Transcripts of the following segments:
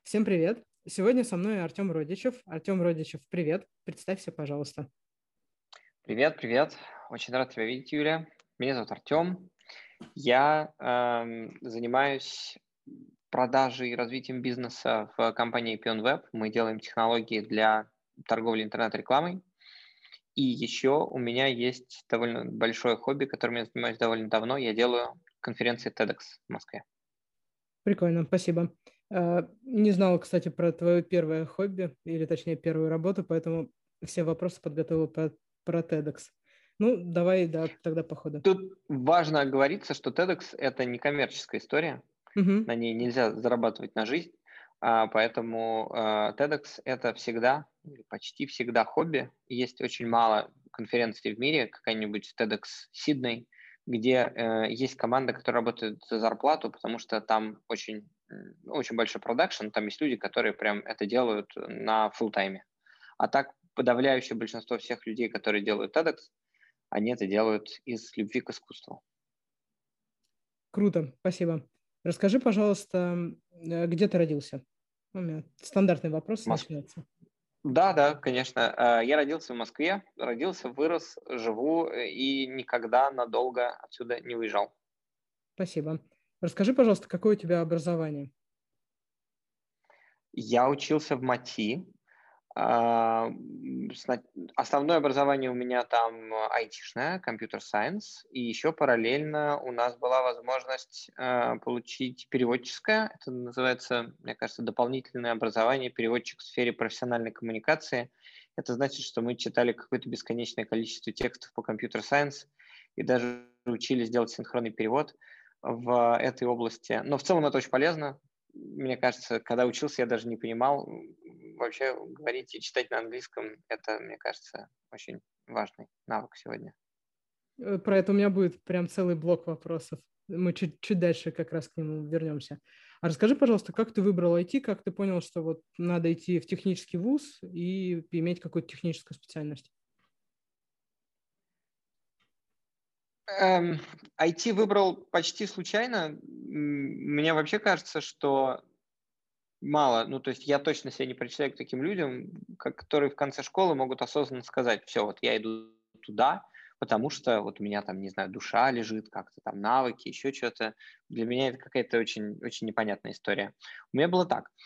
Всем привет! Сегодня со мной Артем Родичев. Артем Родичев, привет! Представься, пожалуйста. Привет, привет. Очень рад тебя видеть, Юля. Меня зовут Артем. Я занимаюсь продажей и развитием бизнеса в компании PionWeb. Мы делаем технологии для торговли интернет-рекламой. И еще у меня есть довольно большое хобби, которым я занимаюсь довольно давно. Я делаю конференции TEDx в Москве. Прикольно, спасибо. Не знал, кстати, про твое первое хобби, или точнее первую работу, поэтому все вопросы подготовил про TEDx. Ну, давай, да, тогда по ходу. Тут важно оговориться, что TEDx – это не коммерческая история. Мгм. На ней нельзя зарабатывать на жизнь, поэтому TEDx – это всегда, или почти всегда хобби. Есть очень мало конференций в мире, какая-нибудь TEDx Сидней, где есть команда, которая работает за зарплату, потому что там очень большой продакшн, там есть люди, которые прям это делают на фулл-тайме. А так подавляющее большинство всех людей, которые делают TEDx, они это делают из любви к искусству. Круто, спасибо. Расскажи, пожалуйста, где ты родился? У меня стандартный вопрос Мос- начинается. Да, да, конечно. Я родился в Москве, родился, вырос, живу и никогда надолго отсюда не уезжал. Спасибо. Расскажи, пожалуйста, какое у тебя образование? Я учился в МАТИ. А, Основное образование у меня там айтишное, компьютер сайенс, и еще параллельно у нас была возможность получить переводческое. Это называется, мне кажется, дополнительное образование, переводчик в сфере профессиональной коммуникации. Это значит, что мы читали какое-то бесконечное количество текстов по компьютер сайенс и даже учились делать синхронный перевод в этой области. Но в целом это очень полезно. Мне кажется, когда учился, я даже не понимал. Вообще говорить и читать на английском – это, мне кажется, очень важный навык сегодня. Про это у меня будет прям целый блок вопросов. Мы чуть дальше как раз к нему вернемся. А расскажи, пожалуйста, как ты выбрал IT, как ты понял, что вот надо идти в технический вуз и иметь какую-то техническую специальность? Эм, IT выбрал почти случайно. Мне вообще кажется, что мало, ну, то есть я точно себя не причисляю к таким людям, которые в конце школы могут осознанно сказать: все, вот я иду туда, потому что вот у меня там, не знаю, душа лежит, как-то там навыки, еще что-то. Для меня это какая-то очень, очень непонятная история. У меня было так.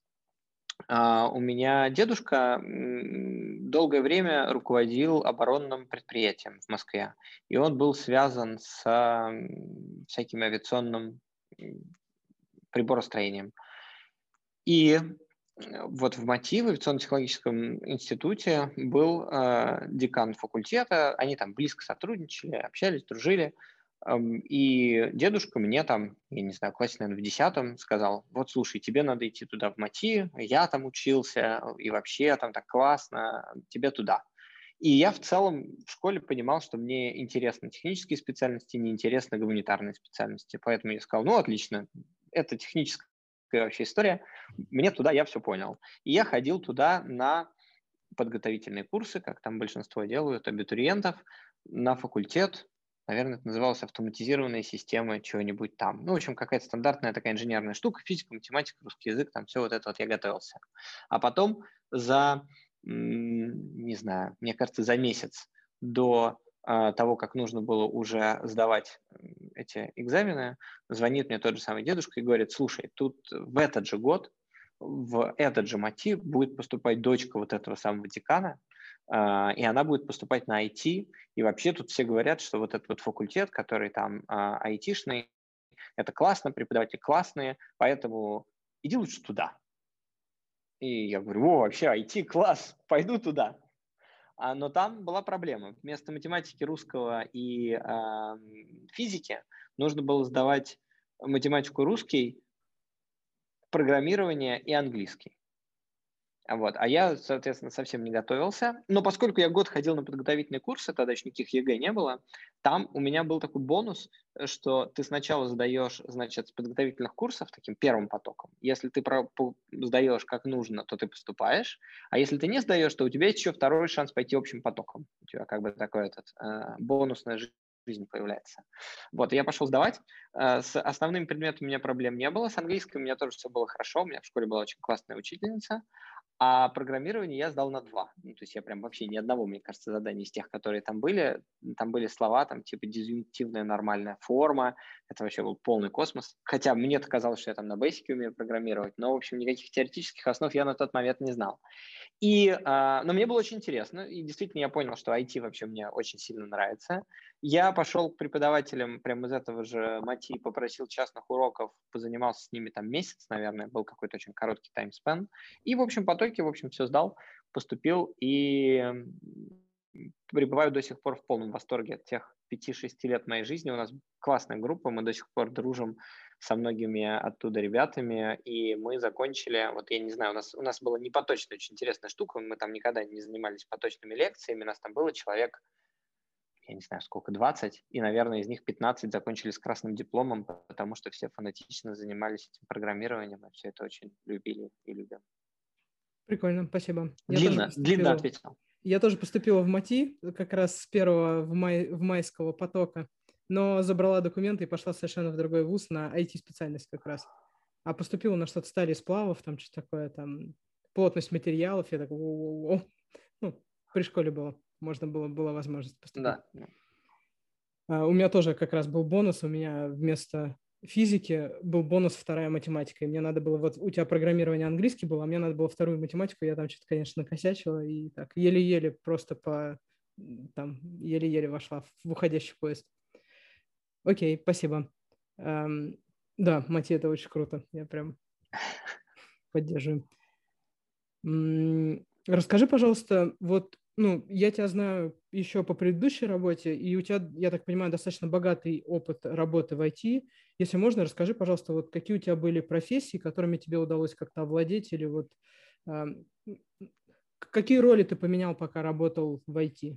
У меня дедушка долгое время руководил оборонным предприятием в Москве, и он был связан с всяким авиационным м, приборостроением. И вот в МАТИ, в авиационно-технологическом институте, был декан факультета, они там близко сотрудничали, общались, дружили. И дедушка мне там, я не знаю, классе, наверное, в 10 сказал: вот слушай, тебе надо идти туда в МАТИ, я там учился, и вообще там так классно, тебе туда. И я в целом в школе понимал, что мне интересны технические специальности, неинтересны гуманитарные специальности. Поэтому я сказал: ну, отлично, это техническая вообще история, мне туда, я все понял. И я ходил туда на подготовительные курсы, как там большинство делают, абитуриентов, на факультет. Наверное, это называлось автоматизированные системы чего-нибудь там. Ну, в общем, какая-то стандартная такая инженерная штука, физика, математика, русский язык, там все вот это вот я готовился. А потом не знаю, мне кажется, за месяц до того, как нужно было уже сдавать эти экзамены, звонит мне тот же самый дедушка и говорит: слушай, тут в этот же год в этот же мотив будет поступать дочка вот этого самого декана, и она будет поступать на IT. И вообще тут все говорят, что вот этот вот факультет, который там айтишный, это классно, преподаватели классные, поэтому иди лучше туда. И я говорю: о, вообще IT класс, пойду туда. Но там была проблема. Вместо математики, русского и физики нужно было сдавать математику, русский, программирование и английский. Вот. А я, соответственно, совсем не готовился. Но поскольку я год ходил на подготовительные курсы, тогда еще никаких ЕГЭ не было, там у меня был такой бонус, что ты сначала сдаешь, значит, с подготовительных курсов таким первым потоком. Если ты сдаешь как нужно, то ты поступаешь. А если ты не сдаешь, то у тебя есть еще второй шанс пойти общим потоком. У тебя как бы такой бонусная жизнь появляется. Вот, и я пошел сдавать. С основным предметом у меня проблем не было. С английским у меня тоже все было хорошо. У меня в школе была очень классная учительница. А программирование я сдал на 2. Ну, то есть я прям вообще ни одного, мне кажется, задания из тех, которые там были. Там были слова, там типа дизъюнктивная нормальная форма. Это вообще был полный космос. Хотя мне-то казалось, что я там на бейсике умею программировать. Но, в общем, никаких теоретических основ я на тот момент не знал. Но мне было очень интересно, и действительно я понял, что IT вообще мне очень сильно нравится. Я пошел к преподавателям прямо из этого же МАТИ, попросил частных уроков, позанимался с ними там месяц, наверное, был какой-то очень короткий таймспен. И в общем потоке, в общем, все сдал, поступил и пребываю до сих пор в полном восторге от тех 5-6 лет моей жизни. У нас классная группа, мы до сих пор дружим со многими оттуда ребятами, и мы закончили, вот я не знаю, у нас была непоточная, очень интересная штука, мы там никогда не занимались поточными лекциями, у нас там было человек, я не знаю сколько, 20, и, наверное, из них 15 закончили с красным дипломом, потому что все фанатично занимались этим программированием, и все это очень любили и любят. Прикольно, спасибо. Длинно ответил. Я тоже поступила в МАТИ, как раз с первого в майского потока, но забрала документы и пошла совершенно в другой вуз на IT-специальность как раз. А поступила на что-то стали сплавов, там что-то такое, там плотность материалов. Я так, ну, при школе было, была возможность поступить. Да. У меня тоже как раз был бонус, у меня вместо физики был бонус вторая математика. И мне надо было, вот у тебя программирование английский было, а мне надо было вторую математику, я там что-то, конечно, накосячила и так еле-еле просто еле-еле вошла в уходящий поезд. Окей, спасибо. Да, Мати, это очень круто, я прям поддерживаю. Расскажи, пожалуйста, я тебя знаю еще по предыдущей работе, и у тебя, я так понимаю, достаточно богатый опыт работы в IT. Если можно, расскажи, пожалуйста, вот какие у тебя были профессии, которыми тебе удалось как-то овладеть, или вот какие роли ты поменял, пока работал в IT?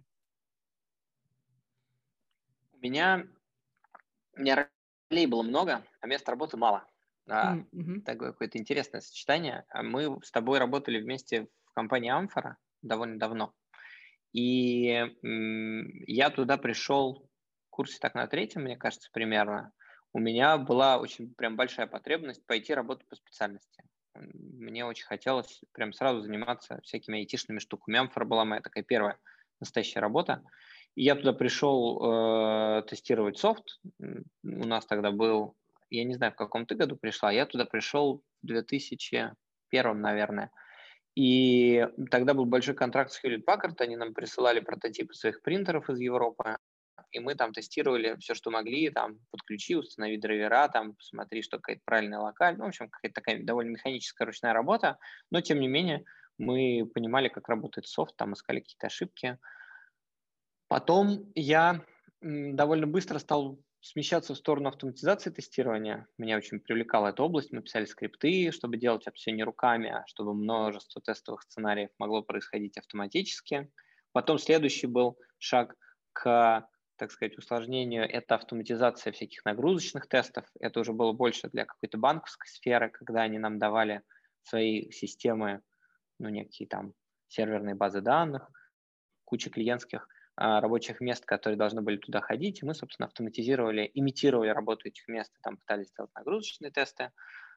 У меня ролей было много, а мест работы мало. Такое какое-то интересное сочетание. Мы с тобой работали вместе в компании Амфора довольно давно. И я туда пришел в курсе так на 3-м, мне кажется, примерно. У меня была очень прям большая потребность пойти работать по специальности. Мне очень хотелось прям сразу заниматься всякими айтишными штуками. Амфора была моя такая первая настоящая работа. И я туда пришел тестировать софт. У нас тогда был, я не знаю, в каком ты году пришла, я туда пришел в 2001, наверное. И тогда был большой контракт с Hewlett Packard, они нам присылали прототипы своих принтеров из Европы, и мы там тестировали все, что могли, там, подключи, установи драйвера, там, посмотри, что какая-то правильная локаль, в общем, какая-то такая довольно механическая ручная работа, но, тем не менее, мы понимали, как работает софт, там, искали какие-то ошибки. Потом я довольно быстро стал смещаться в сторону автоматизации тестирования. Меня очень привлекала эта область. Мы писали скрипты, чтобы делать это все не руками, а чтобы множество тестовых сценариев могло происходить автоматически. Потом следующий был шаг к, так сказать, усложнению. Это автоматизация всяких нагрузочных тестов. Это уже было больше для какой-то банковской сферы, когда они нам давали свои системы, некие там серверные базы данных, куча клиентских рабочих мест, которые должны были туда ходить, и мы, собственно, автоматизировали, имитировали работу этих мест, там пытались сделать нагрузочные тесты.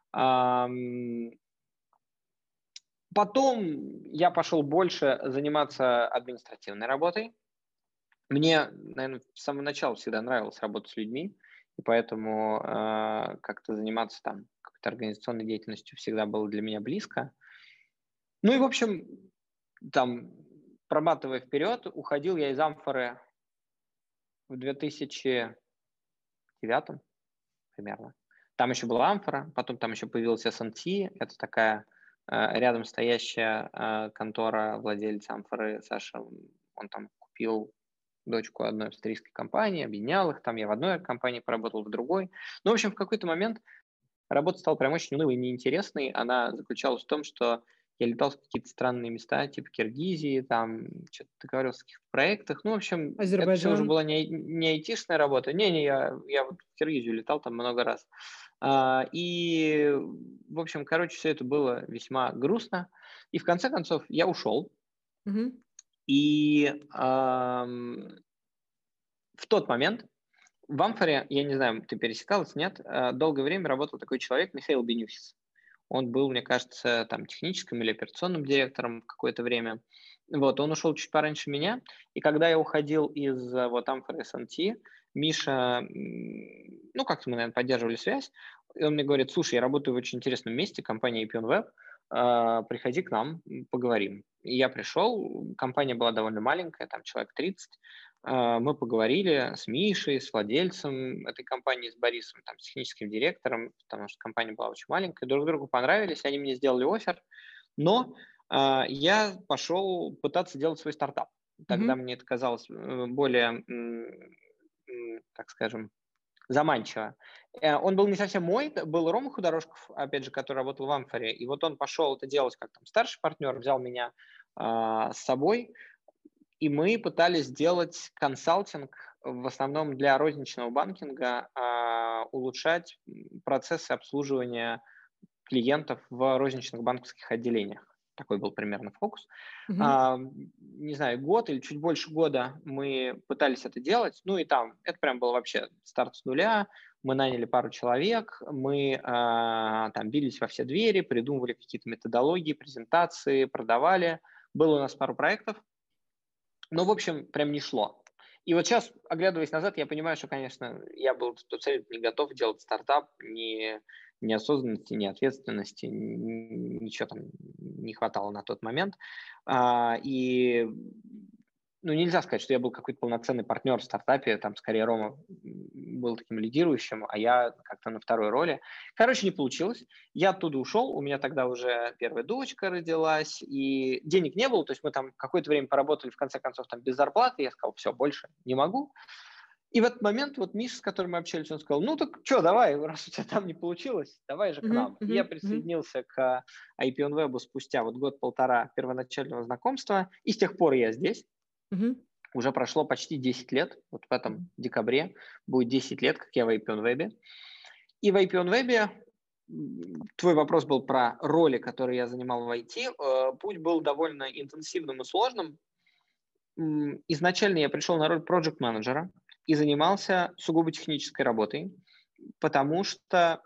Потом я пошел больше заниматься административной работой. Мне, наверное, с самого начала всегда нравилось работать с людьми, и поэтому как-то заниматься там какой-то организационной деятельностью всегда было для меня близко. Ну и, в общем, там, проматывая вперед, уходил я из Амфоры в 2009 примерно. Там еще была Амфора, потом там еще появилась S&T, это такая рядом стоящая контора владельца Амфоры, Саша, он там купил дочку одной австрийской компании, объединял их, там я в одной компании поработал, в другой. Ну, в общем, в какой-то момент работа стала прям очень унылой и неинтересной. Она заключалась в том, что я летал в какие-то странные места, типа Киргизии, там, что-то договаривался о каких-то проектах. Ну, в общем, это все уже была не айтишная работа. Я вот в Киргизию летал там много раз. И, в общем, все это было весьма грустно. И, в конце концов, я ушел. И в тот момент В Амфоре, я не знаю, ты пересекалась, нет, долгое время работал такой человек, Михаил Бенюсис. Он был, мне кажется, там техническим или операционным директором в какое-то время. Вот, он ушел чуть пораньше меня, и когда я уходил из вот Amphor S&T, Миша, ну, как-то мы, наверное, поддерживали связь, и он мне говорит: слушай, я работаю в очень интересном месте, компания Appian Web, приходи к нам, поговорим. И я пришел, компания была довольно маленькая, там человек 30, мы поговорили с Мишей, с владельцем этой компании, с Борисом, там, с техническим директором, потому что компания была очень маленькая, друг другу понравились, они мне сделали оффер, но я пошел пытаться делать свой стартап. Тогда мне это казалось более, так скажем, заманчиво. Он был не совсем мой, был Рома Худорожков, опять же, который работал в Амфоре, и вот он пошел это делать как там старший партнер, взял меня с собой, и мы пытались сделать консалтинг в основном для розничного банкинга, улучшать процессы обслуживания клиентов в розничных банковских отделениях. Такой был примерно фокус. Не знаю, год или чуть больше года мы пытались это делать. Ну и там, это прям был вообще старт с нуля. Мы наняли пару человек, мы там бились во все двери, придумывали какие-то методологии, презентации, продавали. Было у нас пару проектов. Но, в общем, прям не шло. И вот сейчас, оглядываясь назад, я понимаю, что, конечно, я был абсолютно не готов делать стартап, ни осознанности, ни ответственности, ничего там не хватало на тот момент. И ну, нельзя сказать, что я был какой-то полноценный партнер в стартапе, там скорее Рома был таким лидирующим, а я как-то на второй роли. Короче, не получилось. Я оттуда ушел, у меня тогда уже первая дочка родилась, и денег не было, то есть мы там какое-то время поработали, в конце концов, там без зарплаты, я сказал: все, больше не могу. И в этот момент вот Миша, с которым мы общались, он сказал: ну так что, давай, раз у тебя там не получилось, давай же к нам. И я присоединился к Appian Web спустя вот год-полтора первоначального знакомства, и с тех пор я здесь. Уже прошло почти 10 лет, вот в этом декабре будет 10 лет, как я в Appian Web. И в Appian Web твой вопрос был про роли, которые я занимал в IT. Путь был довольно интенсивным и сложным. Изначально я пришел на роль проект-менеджера и занимался сугубо технической работой, потому что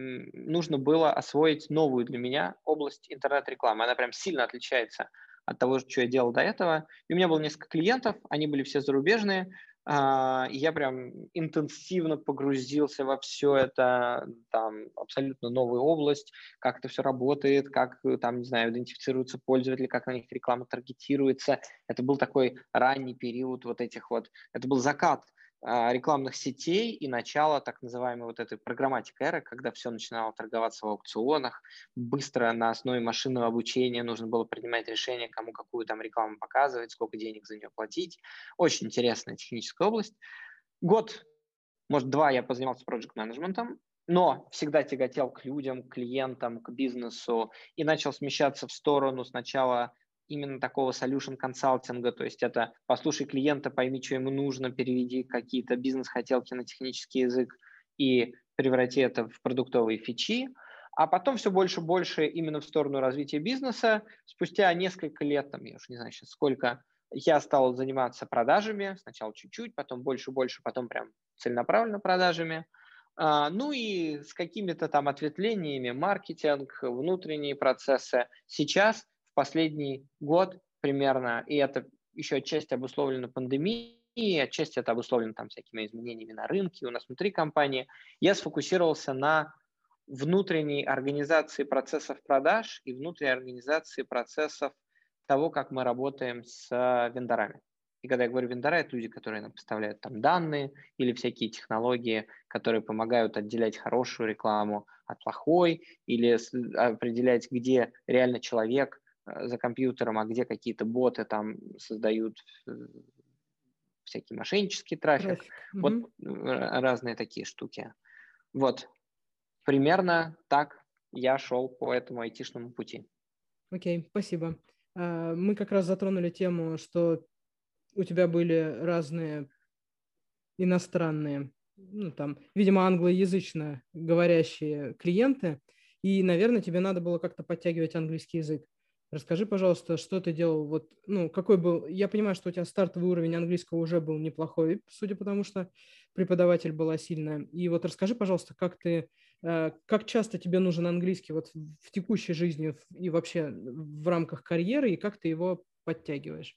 нужно было освоить новую для меня область интернет-рекламы. Она прям сильно отличается от того, что я делал до этого. И у меня было несколько клиентов, они были все зарубежные, и я прям интенсивно погрузился во все это, там абсолютно новая область, как это все работает, как там, не знаю, идентифицируются пользователи, как на них реклама таргетируется. Это был такой ранний период вот этих вот, это был закат рекламных сетей и начало так называемой вот этой программатик эры, когда все начинало торговаться в аукционах, быстро на основе машинного обучения нужно было принимать решение, кому какую там рекламу показывать, сколько денег за нее платить. Очень интересная техническая область. Год, может, два я позанимался проект-менеджментом, но всегда тяготел к людям, к клиентам, к бизнесу и начал смещаться в сторону сначала именно такого solution консалтинга, то есть это послушай клиента, пойми, что ему нужно, переведи какие-то бизнес-хотелки на технический язык и преврати это в продуктовые фичи, а потом все больше и больше именно в сторону развития бизнеса. Спустя несколько лет, там, я уж не знаю сейчас сколько, я стал заниматься продажами, сначала чуть-чуть, потом больше, потом прям целенаправленно продажами. Ну и с какими-то там ответвлениями, маркетинг, внутренние процессы. Сейчас последний год примерно, и это еще отчасти обусловлено пандемией, отчасти это обусловлено там всякими изменениями на рынке у нас внутри компании, я сфокусировался на внутренней организации процессов продаж и внутренней организации процессов того, как мы работаем с вендорами. И когда я говорю вендора, это люди, которые нам поставляют там данные или всякие технологии, которые помогают отделять хорошую рекламу от плохой, или определять, где реально человек за компьютером, а где какие-то боты там создают всякий мошеннический трафик. Вот разные такие штуки. Вот. Примерно так я шел по этому айтишному пути. Окей, спасибо. Мы как раз затронули тему, что у тебя были разные иностранные, ну, там, видимо, англоязычно говорящие клиенты, и, наверное, тебе надо было как-то подтягивать английский язык. Расскажи, пожалуйста, что ты делал, вот, ну, какой был, я понимаю, что у тебя стартовый уровень английского уже был неплохой, судя по тому, что преподаватель была сильная. И вот расскажи, пожалуйста, как часто тебе нужен английский вот в текущей жизни и вообще в рамках карьеры, и как ты его подтягиваешь?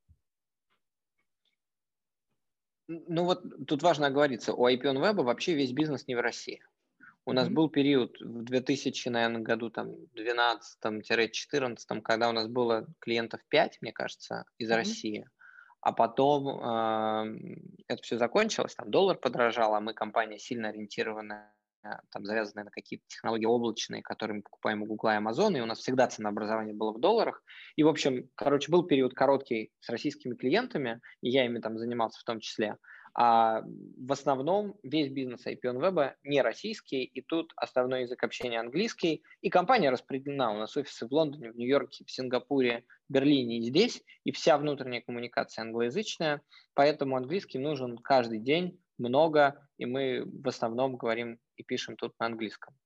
Ну вот тут важно оговориться, у IPN Web вообще весь бизнес не в России. У нас был период в 2000, наверное, году там 12-14, когда у нас было клиентов 5, мне кажется, из России. А потом это все закончилось, там доллар подорожал, а мы компания сильно ориентированная, там завязанная на какие-то технологии облачные, которые мы покупаем у Гугла и Амазона, и у нас всегда ценообразование было в долларах. И, в общем, был период короткий с российскими клиентами, и я ими там занимался в том числе. А в основном весь бизнес IPN Web не российский, и тут основной язык общения английский, и компания распределена. У нас офисы в Лондоне, в Нью-Йорке, в Сингапуре, Берлине и здесь, и вся внутренняя коммуникация англоязычная, поэтому английский нужен каждый день, много, и мы в основном говорим и пишем тут на английском.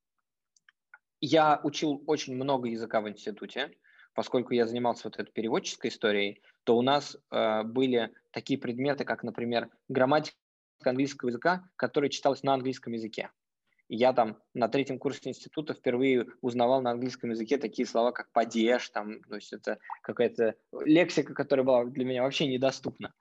Я учил очень много языка в институте, поскольку я занимался вот этой переводческой историей, то у нас были такие предметы, как, например, грамматика английского языка, которая читалась на английском языке. И я там на 3-м курсе института впервые узнавал на английском языке такие слова, как падеж, там, то есть это какая-то лексика, которая была для меня вообще недоступна.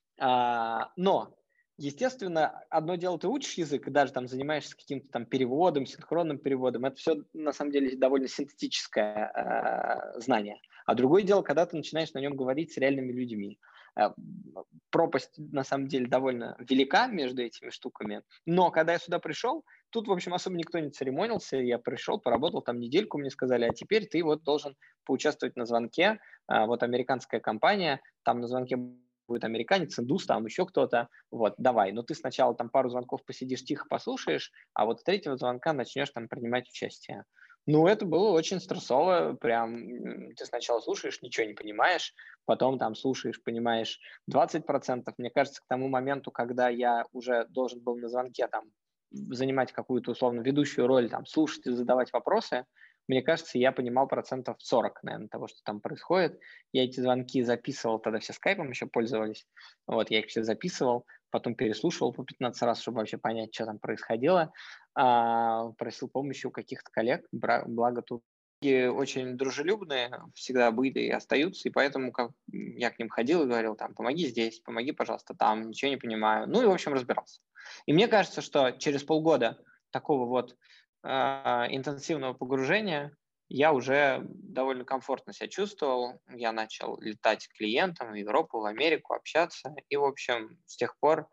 Но, естественно, одно дело, ты учишь язык и даже там занимаешься каким-то там переводом, синхронным переводом. Это все, на самом деле, довольно синтетическое знание. А другое дело, когда ты начинаешь на нем говорить с реальными людьми. Пропасть, на самом деле, довольно велика между этими штуками. Но когда я сюда пришел, тут, в общем, особо никто не церемонился. Я пришел, поработал там недельку, мне сказали, а теперь ты вот должен поучаствовать на звонке. Вот американская компания, там на звонке будет американец, индус, там еще кто-то, вот, давай, но ты сначала там пару звонков посидишь, тихо послушаешь, а вот с 3-го звонка начнешь там принимать участие. Ну, это было очень стрессово, прям ты сначала слушаешь, ничего не понимаешь, потом там слушаешь, понимаешь 20%. Мне кажется, к тому моменту, когда я уже должен был на звонке там занимать какую-то условно ведущую роль, там, слушать и задавать вопросы, мне кажется, я понимал 40%, наверное, того, что там происходит. Я эти звонки записывал, тогда все скайпом еще пользовались. Вот, я их все записывал, потом переслушивал по 15 раз, чтобы вообще понять, что там происходило. Просил помощи у каких-то коллег, благо тут очень дружелюбные всегда были и остаются, и поэтому я к ним ходил и говорил, там, помоги здесь, помоги, пожалуйста, там, ничего не понимаю. Ну и, в общем, разбирался. И мне кажется, что через полгода такого вот интенсивного погружения я уже довольно комфортно себя чувствовал. Я начал летать к клиентам в Европу, в Америку, общаться. И, в общем, с тех пор,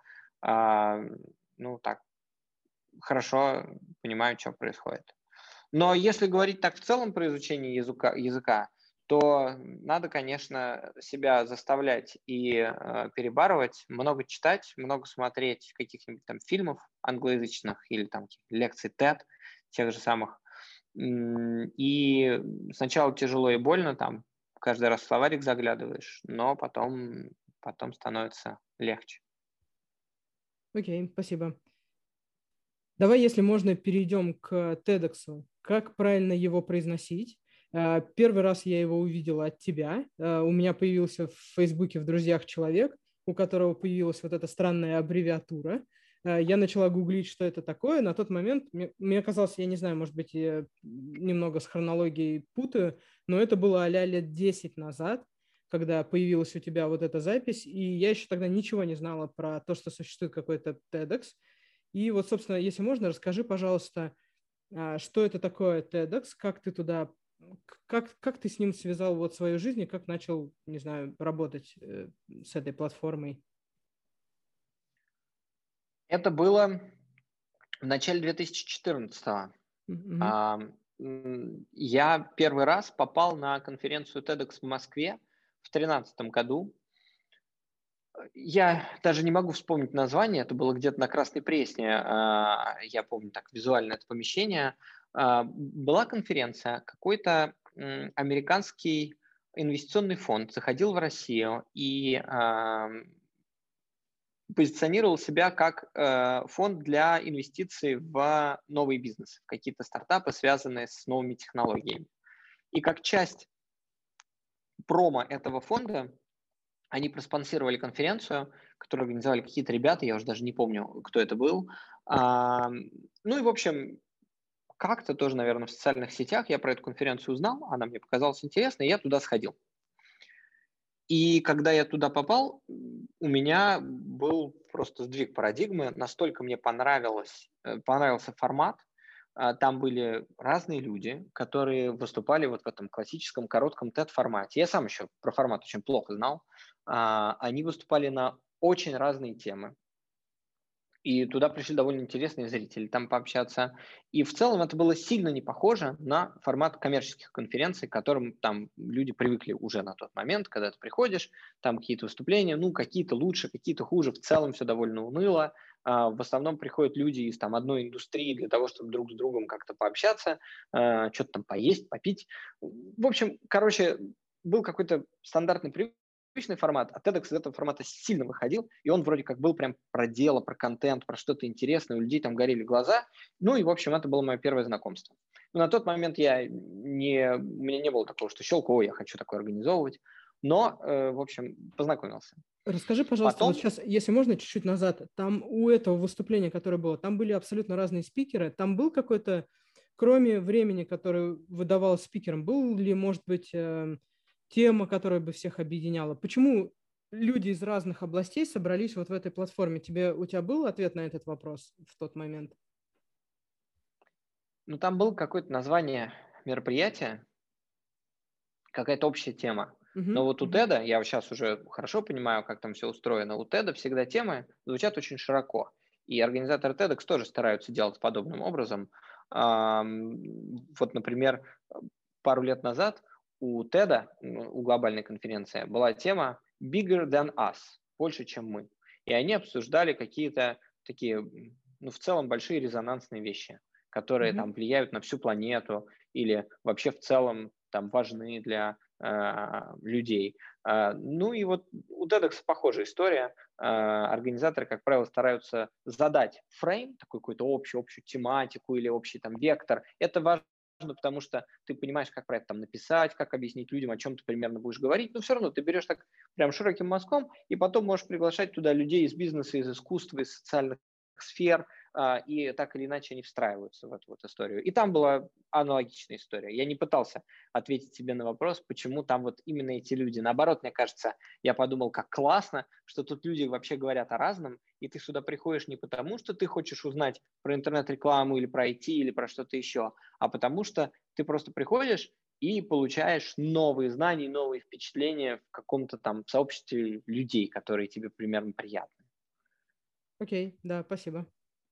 ну, так, хорошо понимаю, что происходит. Но если говорить так в целом про изучение языка, то надо, конечно, себя заставлять и перебарывать, много читать, много смотреть каких-нибудь там фильмов англоязычных или там лекций TED, тех же самых. И сначала тяжело и больно, там каждый раз в словарик заглядываешь, но потом становится легче. Окей, спасибо. Давай, если можно, перейдем к TEDx. Как правильно его произносить? Первый раз я его увидел от тебя. У меня появился в Фейсбуке в друзьях человек, у которого появилась вот эта странная аббревиатура. Я начала гуглить, что это такое. На тот момент мне казалось, я не знаю, может быть, я немного с хронологией путаю, но это было а-ля лет 10 назад, когда появилась у тебя вот эта запись, и я еще тогда ничего не знала про то, что существует какой-то TEDx. И вот, собственно, если можно, расскажи, пожалуйста, что это такое TEDx, как ты туда, как ты с ним связал вот свою жизнь и как начал, не знаю, работать с этой платформой? Это было в начале 2014-го. Я первый раз попал на конференцию TEDx в Москве в 2013 году. Я даже не могу вспомнить название, это было где-то на Красной Пресне, я помню так визуально это помещение. Была конференция, какой-то американский инвестиционный фонд заходил в Россию и позиционировал себя как фонд для инвестиций в новый бизнес, в какие-то стартапы, связанные с новыми технологиями. И как часть промо этого фонда Они проспонсировали конференцию, которую организовали какие-то ребята, я уже даже не помню, кто это был. Ну и, в общем, как-то тоже, наверное, в социальных сетях я про эту конференцию узнал, она мне показалась интересной, и я туда сходил. И когда я туда попал, у меня был просто сдвиг парадигмы. Настолько мне понравился формат. Там были разные люди, которые выступали вот в этом классическом коротком TED-формате. Я сам еще про формат очень плохо знал. Они выступали на очень разные темы. И туда пришли довольно интересные зрители там пообщаться. И в целом это было сильно не похоже на формат коммерческих конференций, к которым там люди привыкли уже на тот момент, когда ты приходишь, там какие-то выступления, ну, какие-то лучше, какие-то хуже, в целом все довольно уныло. В основном приходят люди из там одной индустрии для того, чтобы друг с другом как-то пообщаться, что-то там поесть, попить. В общем, короче, был какой-то стандартный привычный формат, а TEDx из этого формата сильно выходил, и он вроде как был прям про дело, про контент, про что-то интересное, у людей там горели глаза. Ну и, в общем, это было мое первое знакомство. Но на тот момент у меня не было такого, что щелк, я хочу такое организовывать. Но, в общем, познакомился. Расскажи, пожалуйста, вот Потом, сейчас, если можно, чуть-чуть назад, там у этого выступления, которое было, там были абсолютно разные спикеры, там был какой-то, кроме времени, которое выдавалось спикерам, был ли, может быть, тема, которая бы всех объединяла? Почему люди из разных областей собрались вот в этой платформе? У тебя был ответ на этот вопрос в тот момент? ну, там было какое-то название мероприятия, какая-то общая тема. Но Мгм, вот у мгм. TED, я сейчас уже хорошо понимаю, как там все устроено, у TED всегда темы звучат очень широко. И организаторы TEDx тоже стараются делать подобным образом. Вот, например, пару лет назад у TED, у глобальной конференции, была тема «Bigger than us», больше, чем мы. И они обсуждали какие-то такие, ну, в целом большие резонансные вещи, которые там Мгм. влияют на всю планету или вообще в целом там важны для людей. Ну и вот у TEDx похожая история. Организаторы, как правило, стараются задать фрейм, такой какую-то общую тематику или общий там вектор. Это важно, потому что ты понимаешь, как про это там написать, как объяснить людям, о чем ты примерно будешь говорить, но все равно ты берешь так прям широким мазком, и потом можешь приглашать туда людей из бизнеса, из искусства, из социальных сфер, и так или иначе они встраиваются в эту вот историю. И там была аналогичная история. Я не пытался ответить себе на вопрос, почему там вот именно эти люди. Наоборот, мне кажется, я подумал, как классно, что тут люди вообще говорят о разном, и ты сюда приходишь не потому, что ты хочешь узнать про интернет-рекламу или про IT или про что-то еще, а потому что ты просто приходишь и получаешь новые знания, новые впечатления в каком-то там сообществе людей, которые тебе примерно приятны. Окей, да, спасибо.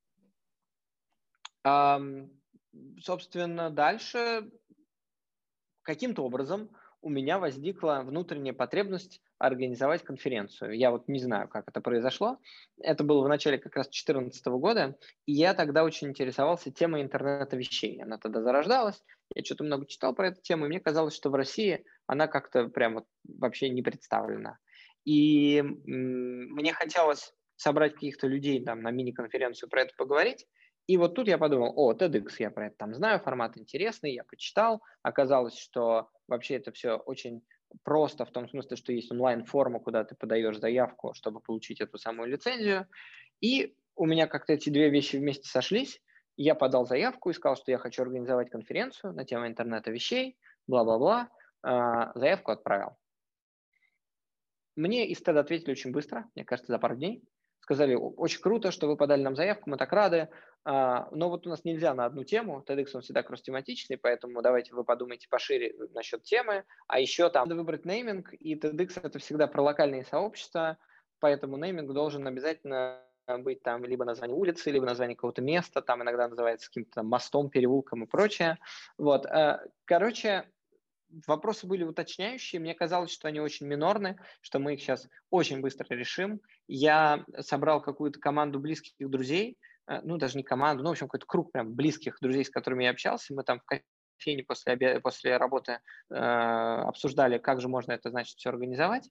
Ам, Собственно, дальше каким-то образом у меня возникла внутренняя потребность организовать конференцию. Я вот не знаю, как это произошло. Это было в начале как раз 2014 года, и я тогда очень интересовался темой интернета вещей. Она тогда зарождалась, я что-то много читал про эту тему, и мне казалось, что в России она как-то прям вот вообще не представлена. И мне хотелось собрать каких-то людей там на мини-конференцию про это поговорить. И вот тут я подумал, TEDx, я про это там знаю, формат интересный, я почитал. Оказалось, что вообще это все очень просто в том смысле, что есть онлайн-форма, куда ты подаешь заявку, чтобы получить эту самую лицензию. И у меня как-то эти две вещи вместе сошлись. Я подал заявку и сказал, что я хочу организовать конференцию на тему интернета вещей, бла-бла-бла. Заявку отправил. Мне из TED ответили очень быстро, мне кажется, за пару дней. Сказали, очень круто, что вы подали нам заявку, мы так рады, но вот у нас нельзя на одну тему, TEDx он всегда кросс-тематичный, поэтому давайте вы подумайте пошире насчет темы, а еще там надо выбрать нейминг, и TEDx это всегда про локальные сообщества, поэтому нейминг должен обязательно быть там либо название улицы, либо название какого-то места, там иногда называется каким-то там мостом, переулком и прочее. Вот. Короче, вопросы были уточняющие, мне казалось, что они очень минорны, что мы их сейчас очень быстро решим. Я собрал какую-то команду близких друзей, ну, даже не команду, ну, в общем, какой-то круг прям близких друзей, с которыми я общался. Мы там в кофейне после работы обсуждали, как же можно это, значит, все организовать.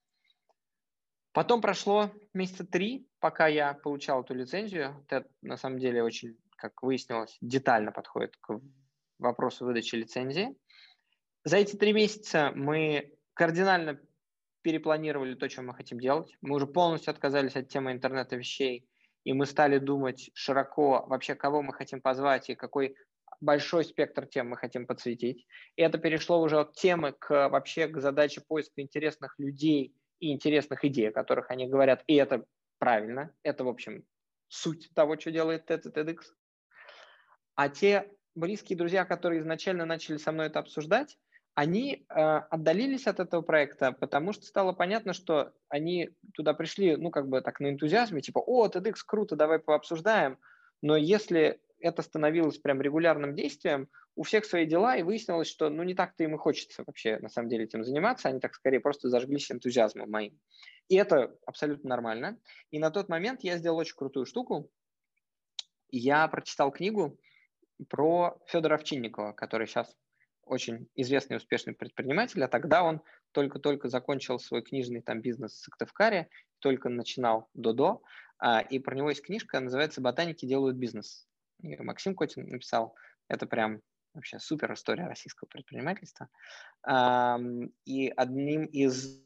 Потом прошло месяца 3, пока я получал эту лицензию. Это, на самом деле, очень, как выяснилось, детально подходит к вопросу выдачи лицензии. За эти 3 месяца мы кардинально перепланировали то, что мы хотим делать. Мы уже полностью отказались от темы интернета вещей, и мы стали думать широко вообще, кого мы хотим позвать и какой большой спектр тем мы хотим подсветить. И это перешло уже от темы вообще к задаче поиска интересных людей и интересных идей, о которых они говорят. И это правильно. Это, в общем, суть того, что делает TED и TEDx. А те близкие друзья, которые изначально начали со мной это обсуждать, они отдалились от этого проекта, потому что стало понятно, что они туда пришли, ну, как бы так на энтузиазме, типа, о, TEDx круто, давай пообсуждаем. Но если это становилось прям регулярным действием, у всех свои дела, и выяснилось, что, ну, не так-то им и хочется вообще, на самом деле, этим заниматься, они так скорее просто зажглись энтузиазмом моим. И это абсолютно нормально. И на тот момент я сделал очень крутую штуку. Я прочитал книгу про Федора Овчинникова, который сейчас очень известный и успешный предприниматель, а тогда он только-только закончил свой книжный там бизнес в Сыктывкаре, только начинал Додо, и про него есть книжка, называется «Ботаники делают бизнес». Ее Максим Котин написал. Это прям вообще супер история российского предпринимательства. И одним из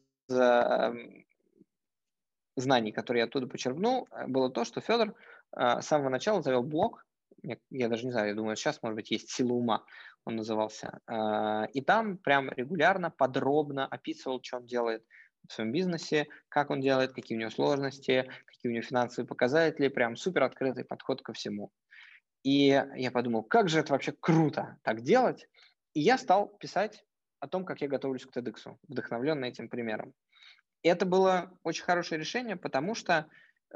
знаний, которые я оттуда почерпнул, было то, что Федор с самого начала завел блог. Я даже не знаю, я думаю, сейчас, может быть, есть «Сила ума», он назывался. И там прям регулярно, подробно описывал, что он делает в своем бизнесе, как он делает, какие у него сложности, какие у него финансовые показатели. Прям супер открытый подход ко всему. И я подумал, как же это вообще круто так делать. И я стал писать о том, как я готовлюсь к TEDx, вдохновленный этим примером. И это было очень хорошее решение, потому что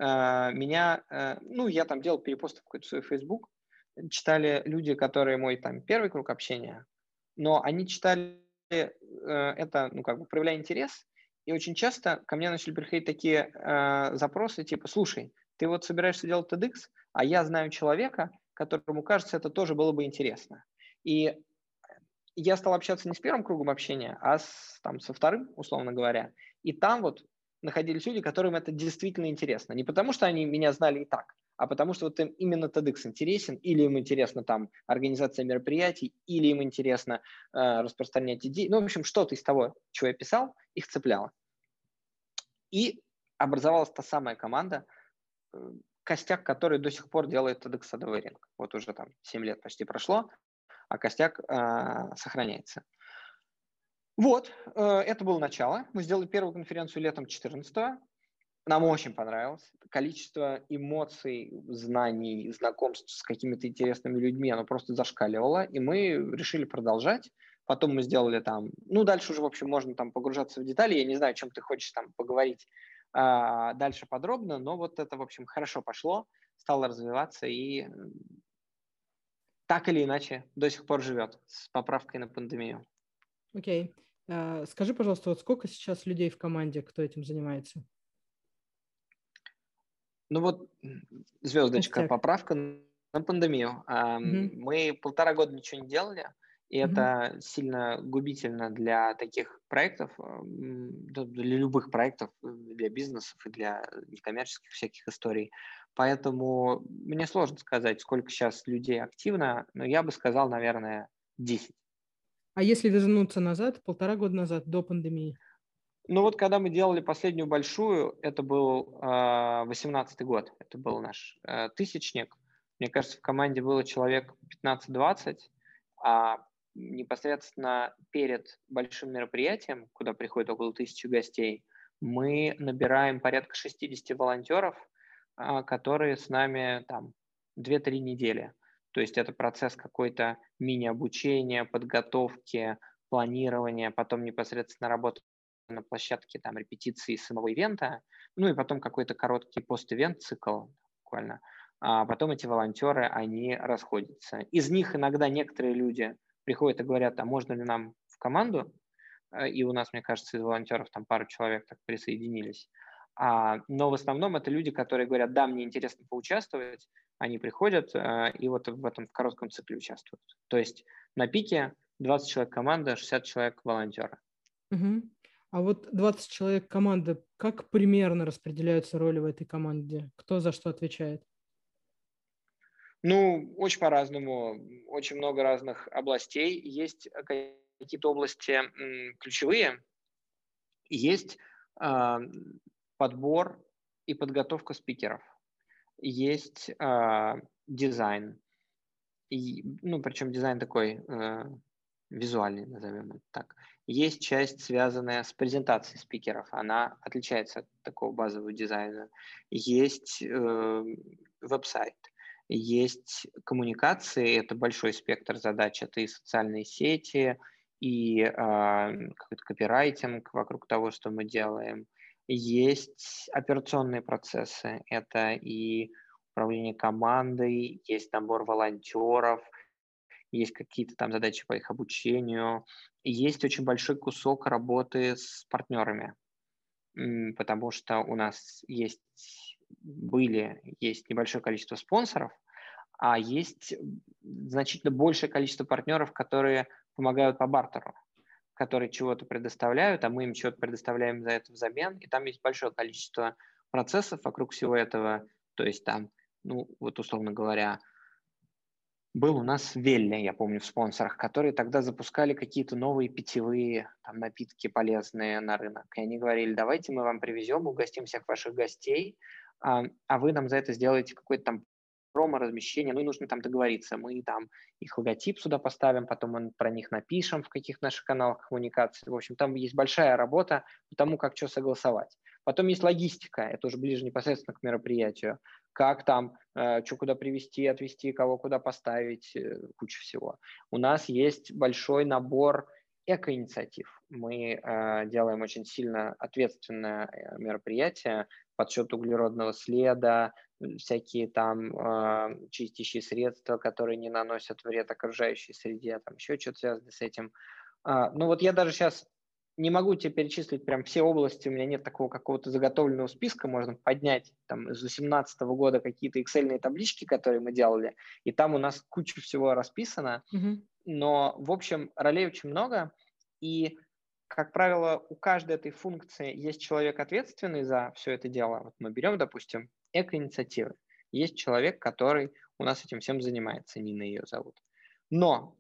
я там делал перепосты в какой-то свой Facebook, читали люди, которые мой там первый круг общения, но они читали это, ну, как бы проявляя интерес, и очень часто ко мне начали приходить такие запросы, типа, слушай, ты вот собираешься делать TEDx, а я знаю человека, которому кажется, это тоже было бы интересно. И я стал общаться не с первым кругом общения, а со вторым, условно говоря. И там вот находились люди, которым это действительно интересно. Не потому, что они меня знали и так, а потому что вот им именно TEDx интересен, или им интересна там организация мероприятий, или им интересно распространять идеи. Ну, в общем, что-то из того, чего я писал, их цепляло. И образовалась та самая команда, костяк которой до сих пор делает TEDx садовый ринг. Вот уже там 7 лет почти прошло, а костяк сохраняется. Вот, это было начало. Мы сделали первую конференцию летом 2014-го. Нам очень понравилось. Количество эмоций, знаний, знакомств с какими-то интересными людьми, оно просто зашкаливало. И мы решили продолжать. Потом мы сделали там... Ну, дальше уже, в общем, можно там погружаться в детали. Я не знаю, о чем ты хочешь там поговорить дальше подробно, но вот это, в общем, хорошо пошло, стало развиваться и так или иначе до сих пор живет с поправкой на пандемию. Окей. Скажи, пожалуйста, вот сколько сейчас людей в команде, кто этим занимается? Ну вот, звездочка, Костяк. поправка на пандемию. Мгм. Мы 1,5 года ничего не делали, и Мгм. это сильно губительно для таких проектов, для любых проектов, для бизнесов и для некоммерческих всяких историй. Поэтому мне сложно сказать, сколько сейчас людей активно, но я бы сказал, наверное, 10. А если вернуться назад, 1,5 года назад, до пандемии? Ну вот когда мы делали последнюю большую, это был 18-й год, это был наш тысячник. Мне кажется, в команде было человек 15-20, а непосредственно перед большим мероприятием, куда приходит около 1000 гостей, мы набираем порядка 60 волонтеров, которые с нами там 2-3 недели. То есть это процесс какой-то мини-обучения, подготовки, планирования, потом непосредственно работа на площадке там репетиции самого ивента, ну и потом какой-то короткий пост-ивент цикл буквально. А потом эти волонтеры, они расходятся. Из них иногда некоторые люди приходят и говорят, а можно ли нам в команду? И у нас, мне кажется, из волонтеров там пару человек так присоединились. Но в основном это люди, которые говорят, да, мне интересно поучаствовать, они приходят и вот в этом коротком цикле участвуют. То есть на пике 20 человек команда, 60 человек волонтеры. Мгм. А вот 20 человек команды, как примерно распределяются роли в этой команде? Кто за что отвечает? Ну, очень по-разному, очень много разных областей. Есть какие-то области ключевые, Есть подбор и подготовка спикеров, есть дизайн, причем дизайн такой визуальный, назовем это так. Есть часть, связанная с презентацией спикеров, она отличается от такого базового дизайна. Есть веб-сайт, есть коммуникации, это большой спектр задач, это и социальные сети, и какой-то копирайтинг вокруг того, что мы делаем. Есть операционные процессы, это и управление командой, есть набор волонтеров, есть какие-то там задачи по их обучению, и есть очень большой кусок работы с партнерами, потому что у нас есть небольшое количество спонсоров, а есть значительно большее количество партнеров, которые помогают по бартеру, которые чего-то предоставляют, а мы им чего-то предоставляем за это взамен, и там есть большое количество процессов вокруг всего этого, то есть там, условно говоря, был у нас Велле, я помню, в спонсорах, которые тогда запускали какие-то новые питьевые там, напитки полезные на рынок. И они говорили, давайте мы вам привезем, угостим всех ваших гостей, а вы нам за это сделаете какое-то там промо-размещение, и нужно там договориться. Мы там их логотип сюда поставим, потом мы про них напишем в каких наших каналах коммуникации. В общем, там есть большая работа по тому, как что согласовать. Потом есть логистика, это уже ближе непосредственно к мероприятию. Как там, что куда привезти, отвезти, кого куда поставить, куча всего. У нас есть большой набор экоинициатив. Мы делаем очень сильно ответственное мероприятие, подсчет углеродного следа, всякие там чистящие средства, которые не наносят вред окружающей среде, там еще что-то связано с этим. Я даже сейчас не могу тебе перечислить прям все области, у меня нет такого какого-то заготовленного списка, можно поднять там из 2018 года какие-то Excel-ные таблички, которые мы делали, и там у нас куча всего расписано, но, в общем, ролей очень много, и, как правило, у каждой этой функции есть человек, ответственный за все это дело. Вот мы берем, допустим, эко-инициативы. Есть человек, который у нас этим всем занимается, Нина ее зовут. Но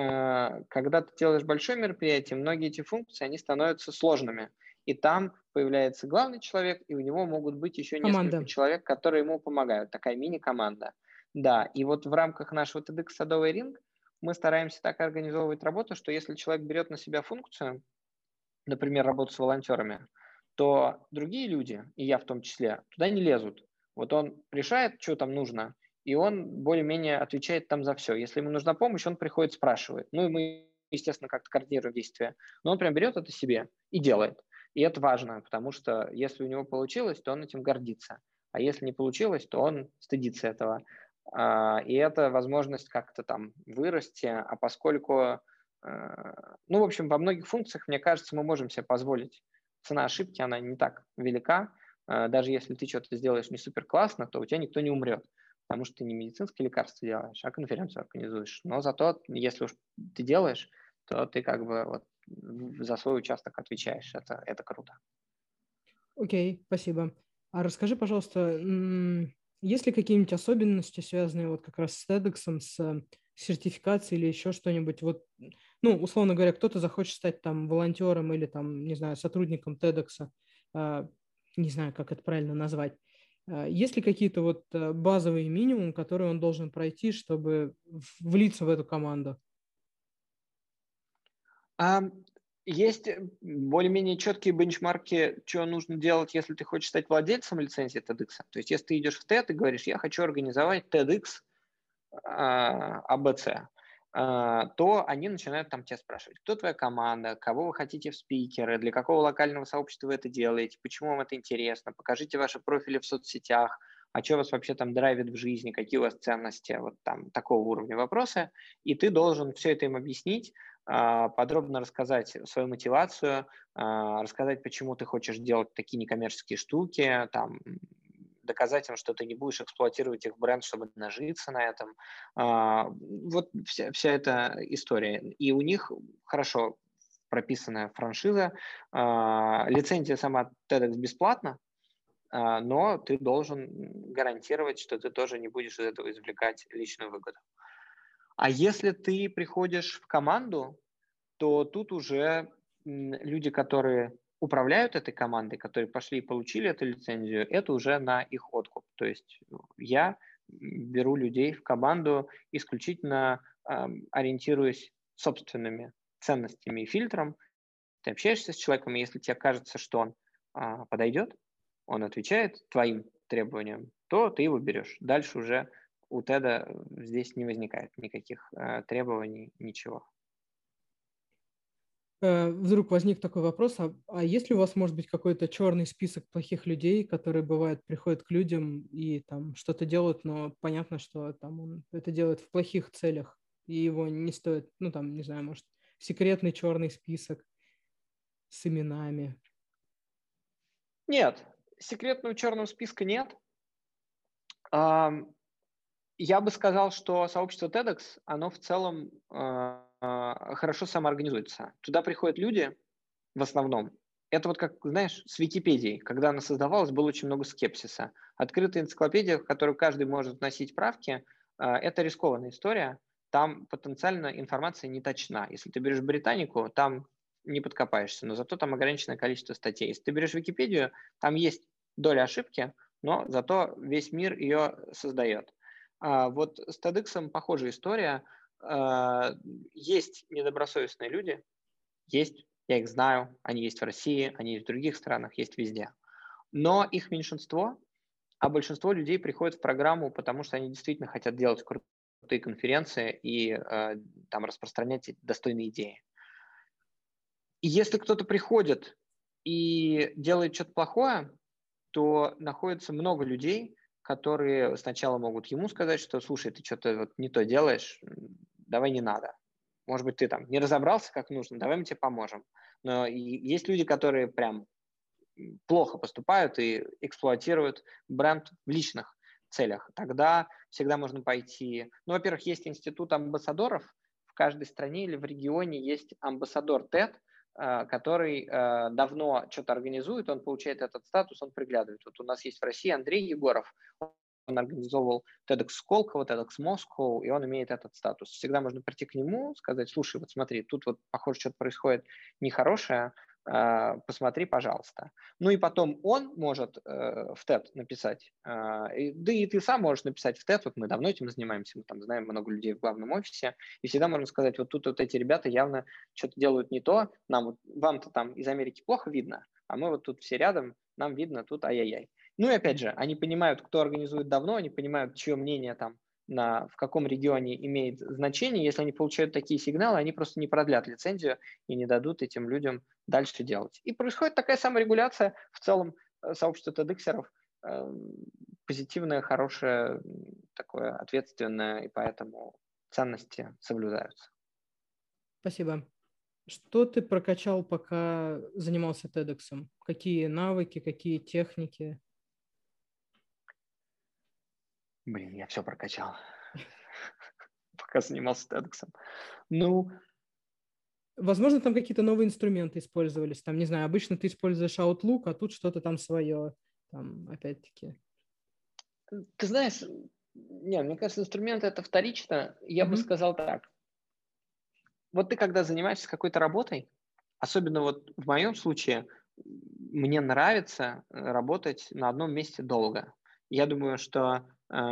когда ты делаешь большое мероприятие, многие эти функции, они становятся сложными. И там появляется главный человек, и у него могут быть еще несколько человек, которые ему помогают. Такая мини-команда. Да, и вот в рамках нашего TEDx «Садовый ринг» мы стараемся так организовывать работу, что если человек берет на себя функцию, например, работу с волонтерами, то другие люди, и я в том числе, туда не лезут. Вот он решает, что там нужно, и он более-менее отвечает там за все. Если ему нужна помощь, он приходит, спрашивает. И мы, естественно, как-то координируем действия. Но он прям берет это себе и делает. И это важно, потому что если у него получилось, то он этим гордится. А если не получилось, то он стыдится этого. И это возможность как-то там вырасти. А поскольку, в общем, во многих функциях, мне кажется, мы можем себе позволить. Цена ошибки, она не так велика. Даже если ты что-то сделаешь не супер классно, то у тебя никто не умрет, потому что ты не медицинское лекарство делаешь, а конференцию организуешь. Но зато, если уж ты делаешь, то ты как бы за свой участок отвечаешь. Это круто. Окей, спасибо. А расскажи, пожалуйста, есть ли какие-нибудь особенности, связанные вот как раз с TEDx, с сертификацией или еще что-нибудь? Вот, условно говоря, кто-то захочет стать там волонтером или там, не знаю, сотрудником TEDx, не знаю, как это правильно назвать. Есть ли какие-то вот базовые минимумы, которые он должен пройти, чтобы влиться в эту команду? Есть более-менее четкие бенчмарки, что нужно делать, если ты хочешь стать владельцем лицензии TEDx. То есть, если ты идешь в TED и говоришь, я хочу организовать TEDx ABC, то они начинают там тебя спрашивать, кто твоя команда, кого вы хотите в спикеры, для какого локального сообщества вы это делаете, почему вам это интересно, покажите ваши профили в соцсетях, а что вас вообще там драйвит в жизни, какие у вас ценности, вот там такого уровня вопросы, и ты должен все это им объяснить, подробно рассказать свою мотивацию, рассказать, почему ты хочешь делать такие некоммерческие штуки, там, доказать им, что ты не будешь эксплуатировать их бренд, чтобы нажиться на этом. Вот вся эта история. И у них хорошо прописанная франшиза. Лицензия сама TEDx бесплатна, но ты должен гарантировать, что ты тоже не будешь из этого извлекать личную выгоду. А если ты приходишь в команду, то тут уже люди, которые управляют этой командой, которые пошли и получили эту лицензию, это уже на их откуп. То есть я беру людей в команду исключительно ориентируясь собственными ценностями и фильтром. Ты общаешься с человеком, и если тебе кажется, что он подойдет, он отвечает твоим требованиям, то ты его берешь. Дальше уже у Теда здесь не возникает никаких требований, ничего. Вдруг возник такой вопрос, а есть ли у вас, может быть, какой-то черный список плохих людей, которые, бывает, приходят к людям и там что-то делают, но понятно, что там он это делает в плохих целях, и его не стоит, ну там, не знаю, может, секретный черный список с именами? Нет, секретного черного списка нет. Я бы сказал, что сообщество TEDx, оно в целом хорошо самоорганизуется. Туда приходят люди в основном. Это вот как, знаешь, с Википедией. Когда она создавалась, было очень много скепсиса. Открытая энциклопедия, в которую каждый может вносить правки, это рискованная история. Там потенциально информация не точна. Если ты берешь Британику, там не подкопаешься, но зато там ограниченное количество статей. Если ты берешь Википедию, там есть доля ошибки, но зато весь мир ее создает. Вот с TEDx похожая история. Есть недобросовестные люди, есть, я их знаю, они есть в России, они есть в других странах, есть везде. Но их меньшинство, а большинство людей приходят в программу, потому что они действительно хотят делать крутые конференции и там распространять достойные идеи. И если кто-то приходит и делает что-то плохое, то находится много людей, которые сначала могут ему сказать, что слушай, ты что-то вот не то делаешь, давай не надо. Может быть, ты там не разобрался как нужно, давай мы тебе поможем. Но есть люди, которые прям плохо поступают и эксплуатируют бренд в личных целях. Тогда всегда можно пойти... Ну, во-первых, есть институт амбассадоров. В каждой стране или в регионе есть амбассадор TED, который давно что-то организует, он получает этот статус, он приглядывает. Вот у нас есть в России Андрей Егоров, он организовывал TEDx Сколково, TEDx Москву, и он имеет этот статус. Всегда можно прийти к нему, сказать, слушай, вот смотри, тут вот, похоже, что-то происходит нехорошее, посмотри, пожалуйста. Ну и потом он может в TED написать, да и ты сам можешь написать в TED, вот мы давно этим занимаемся, мы там знаем много людей в главном офисе, и всегда можно сказать, вот тут вот эти ребята явно что-то делают не то, вам-то там из Америки плохо видно, а мы вот тут все рядом, нам видно тут ай-яй-яй. Ну и опять же, они понимают, кто организует давно, они понимают, чье мнение там в каком регионе имеет значение. Если они получают такие сигналы, они просто не продлят лицензию и не дадут этим людям дальше делать. И происходит такая саморегуляция в целом сообщества TEDxеров, позитивное, хорошее, такое ответственное, и поэтому ценности соблюдаются. Спасибо. Что ты прокачал, пока занимался TEDx? Какие навыки, какие техники? Блин, я все прокачал, пока занимался TEDx. Ну, возможно, там какие-то новые инструменты использовались. Там, не знаю, обычно ты используешь Outlook, а тут что-то там свое. Там, опять-таки. ты знаешь, не, мне кажется, инструменты это вторично. Я бы Мгм. сказал так. Вот ты когда занимаешься какой-то работой, особенно вот в моем случае, мне нравится работать на одном месте долго. Я думаю, что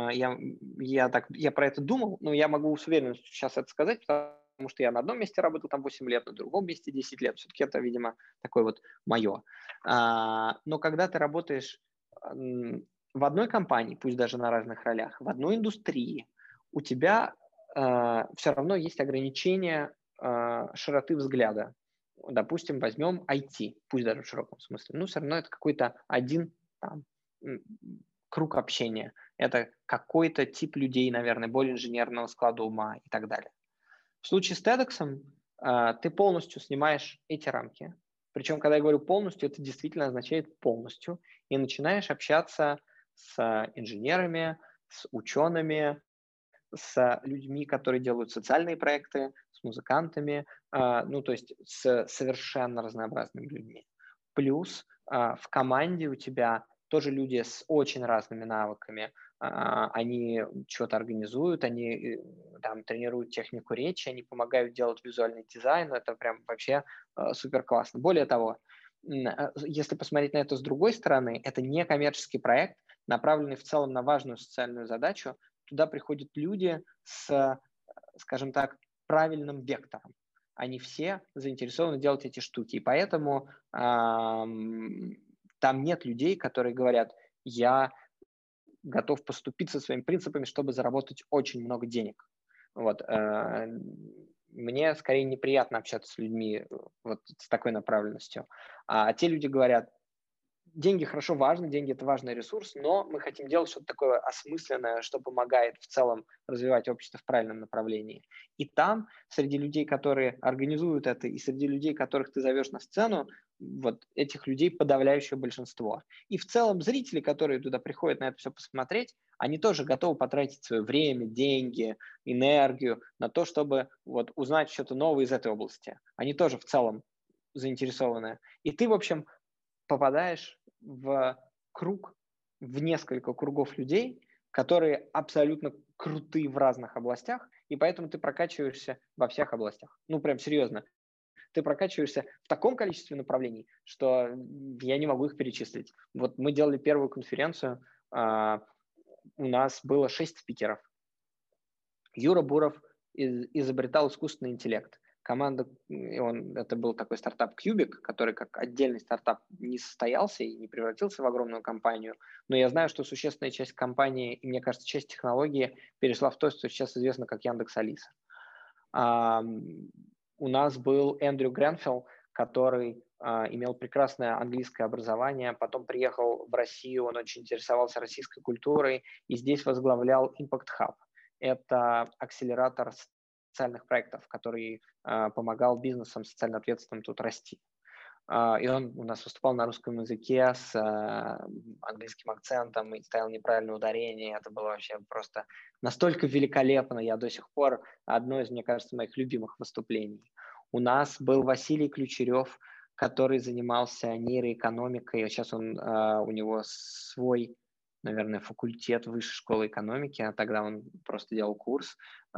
я про это думал, но я могу с уверенностью сейчас это сказать, потому что я на одном месте работал там 8 лет, на другом месте 10 лет. Все-таки это, видимо, такое вот мое. Но когда ты работаешь в одной компании, пусть даже на разных ролях, в одной индустрии, у тебя все равно есть ограничения широты взгляда. Допустим, возьмем IT, пусть даже в широком смысле, но все равно это какой-то один там, круг общения. Это какой-то тип людей, наверное, более инженерного склада ума и так далее. В случае с TEDx ты полностью снимаешь эти рамки. Причем, когда я говорю полностью, это действительно означает полностью. И начинаешь общаться с инженерами, с учеными, с людьми, которые делают социальные проекты, с музыкантами, ну, то есть с совершенно разнообразными людьми. Плюс в команде у тебя тоже люди с очень разными навыками. Они что-то организуют, они там тренируют технику речи, они помогают делать визуальный дизайн. Это прям вообще супер классно. Более того, если посмотреть на это с другой стороны, это не коммерческий проект, направленный в целом на важную социальную задачу. Туда приходят люди с, скажем так, правильным вектором. Они все заинтересованы делать эти штуки. И поэтому там нет людей, которые говорят, я готов поступиться своими принципами, чтобы заработать очень много денег. Вот. Мне скорее неприятно общаться с людьми вот с такой направленностью. А те люди говорят, деньги хорошо, важны, деньги – это важный ресурс, но мы хотим делать что-то такое осмысленное, что помогает в целом развивать общество в правильном направлении. И там, среди людей, которые организуют это, и среди людей, которых ты зовешь на сцену, вот этих людей подавляющее большинство. И в целом зрители, которые туда приходят на это все посмотреть, они тоже готовы потратить свое время, деньги, энергию на то, чтобы вот узнать что-то новое из этой области. Они тоже в целом заинтересованы. И ты, в общем, попадаешь в круг, в несколько кругов людей, которые абсолютно крутые в разных областях, и поэтому ты прокачиваешься во всех областях. Ну, прям серьезно. Ты прокачиваешься в таком количестве направлений, что я не могу их перечислить. Вот мы делали первую конференцию, у нас было 6 спикеров. Юра Буров изобретал искусственный интеллект. Команда, это был такой стартап Cubic, который как отдельный стартап не состоялся и не превратился в огромную компанию. Но я знаю, что существенная часть компании, и мне кажется, часть технологии перешла в то, что сейчас известно как Яндекс.Алиса. У нас был Эндрю Гренфелл, который имел прекрасное английское образование, потом приехал в Россию, он очень интересовался российской культурой и здесь возглавлял Impact Hub. Это акселератор социальных проектов, который помогал бизнесам социально ответственным тут расти. И он у нас выступал на русском языке с английским акцентом и ставил неправильное ударение. Это было вообще просто настолько великолепно. Я до сих пор одно из, мне кажется, моих любимых выступлений. У нас был Василий Ключерев, который занимался нейроэкономикой. Сейчас у него свой, наверное, факультет высшей школы экономики, а тогда он просто делал курс.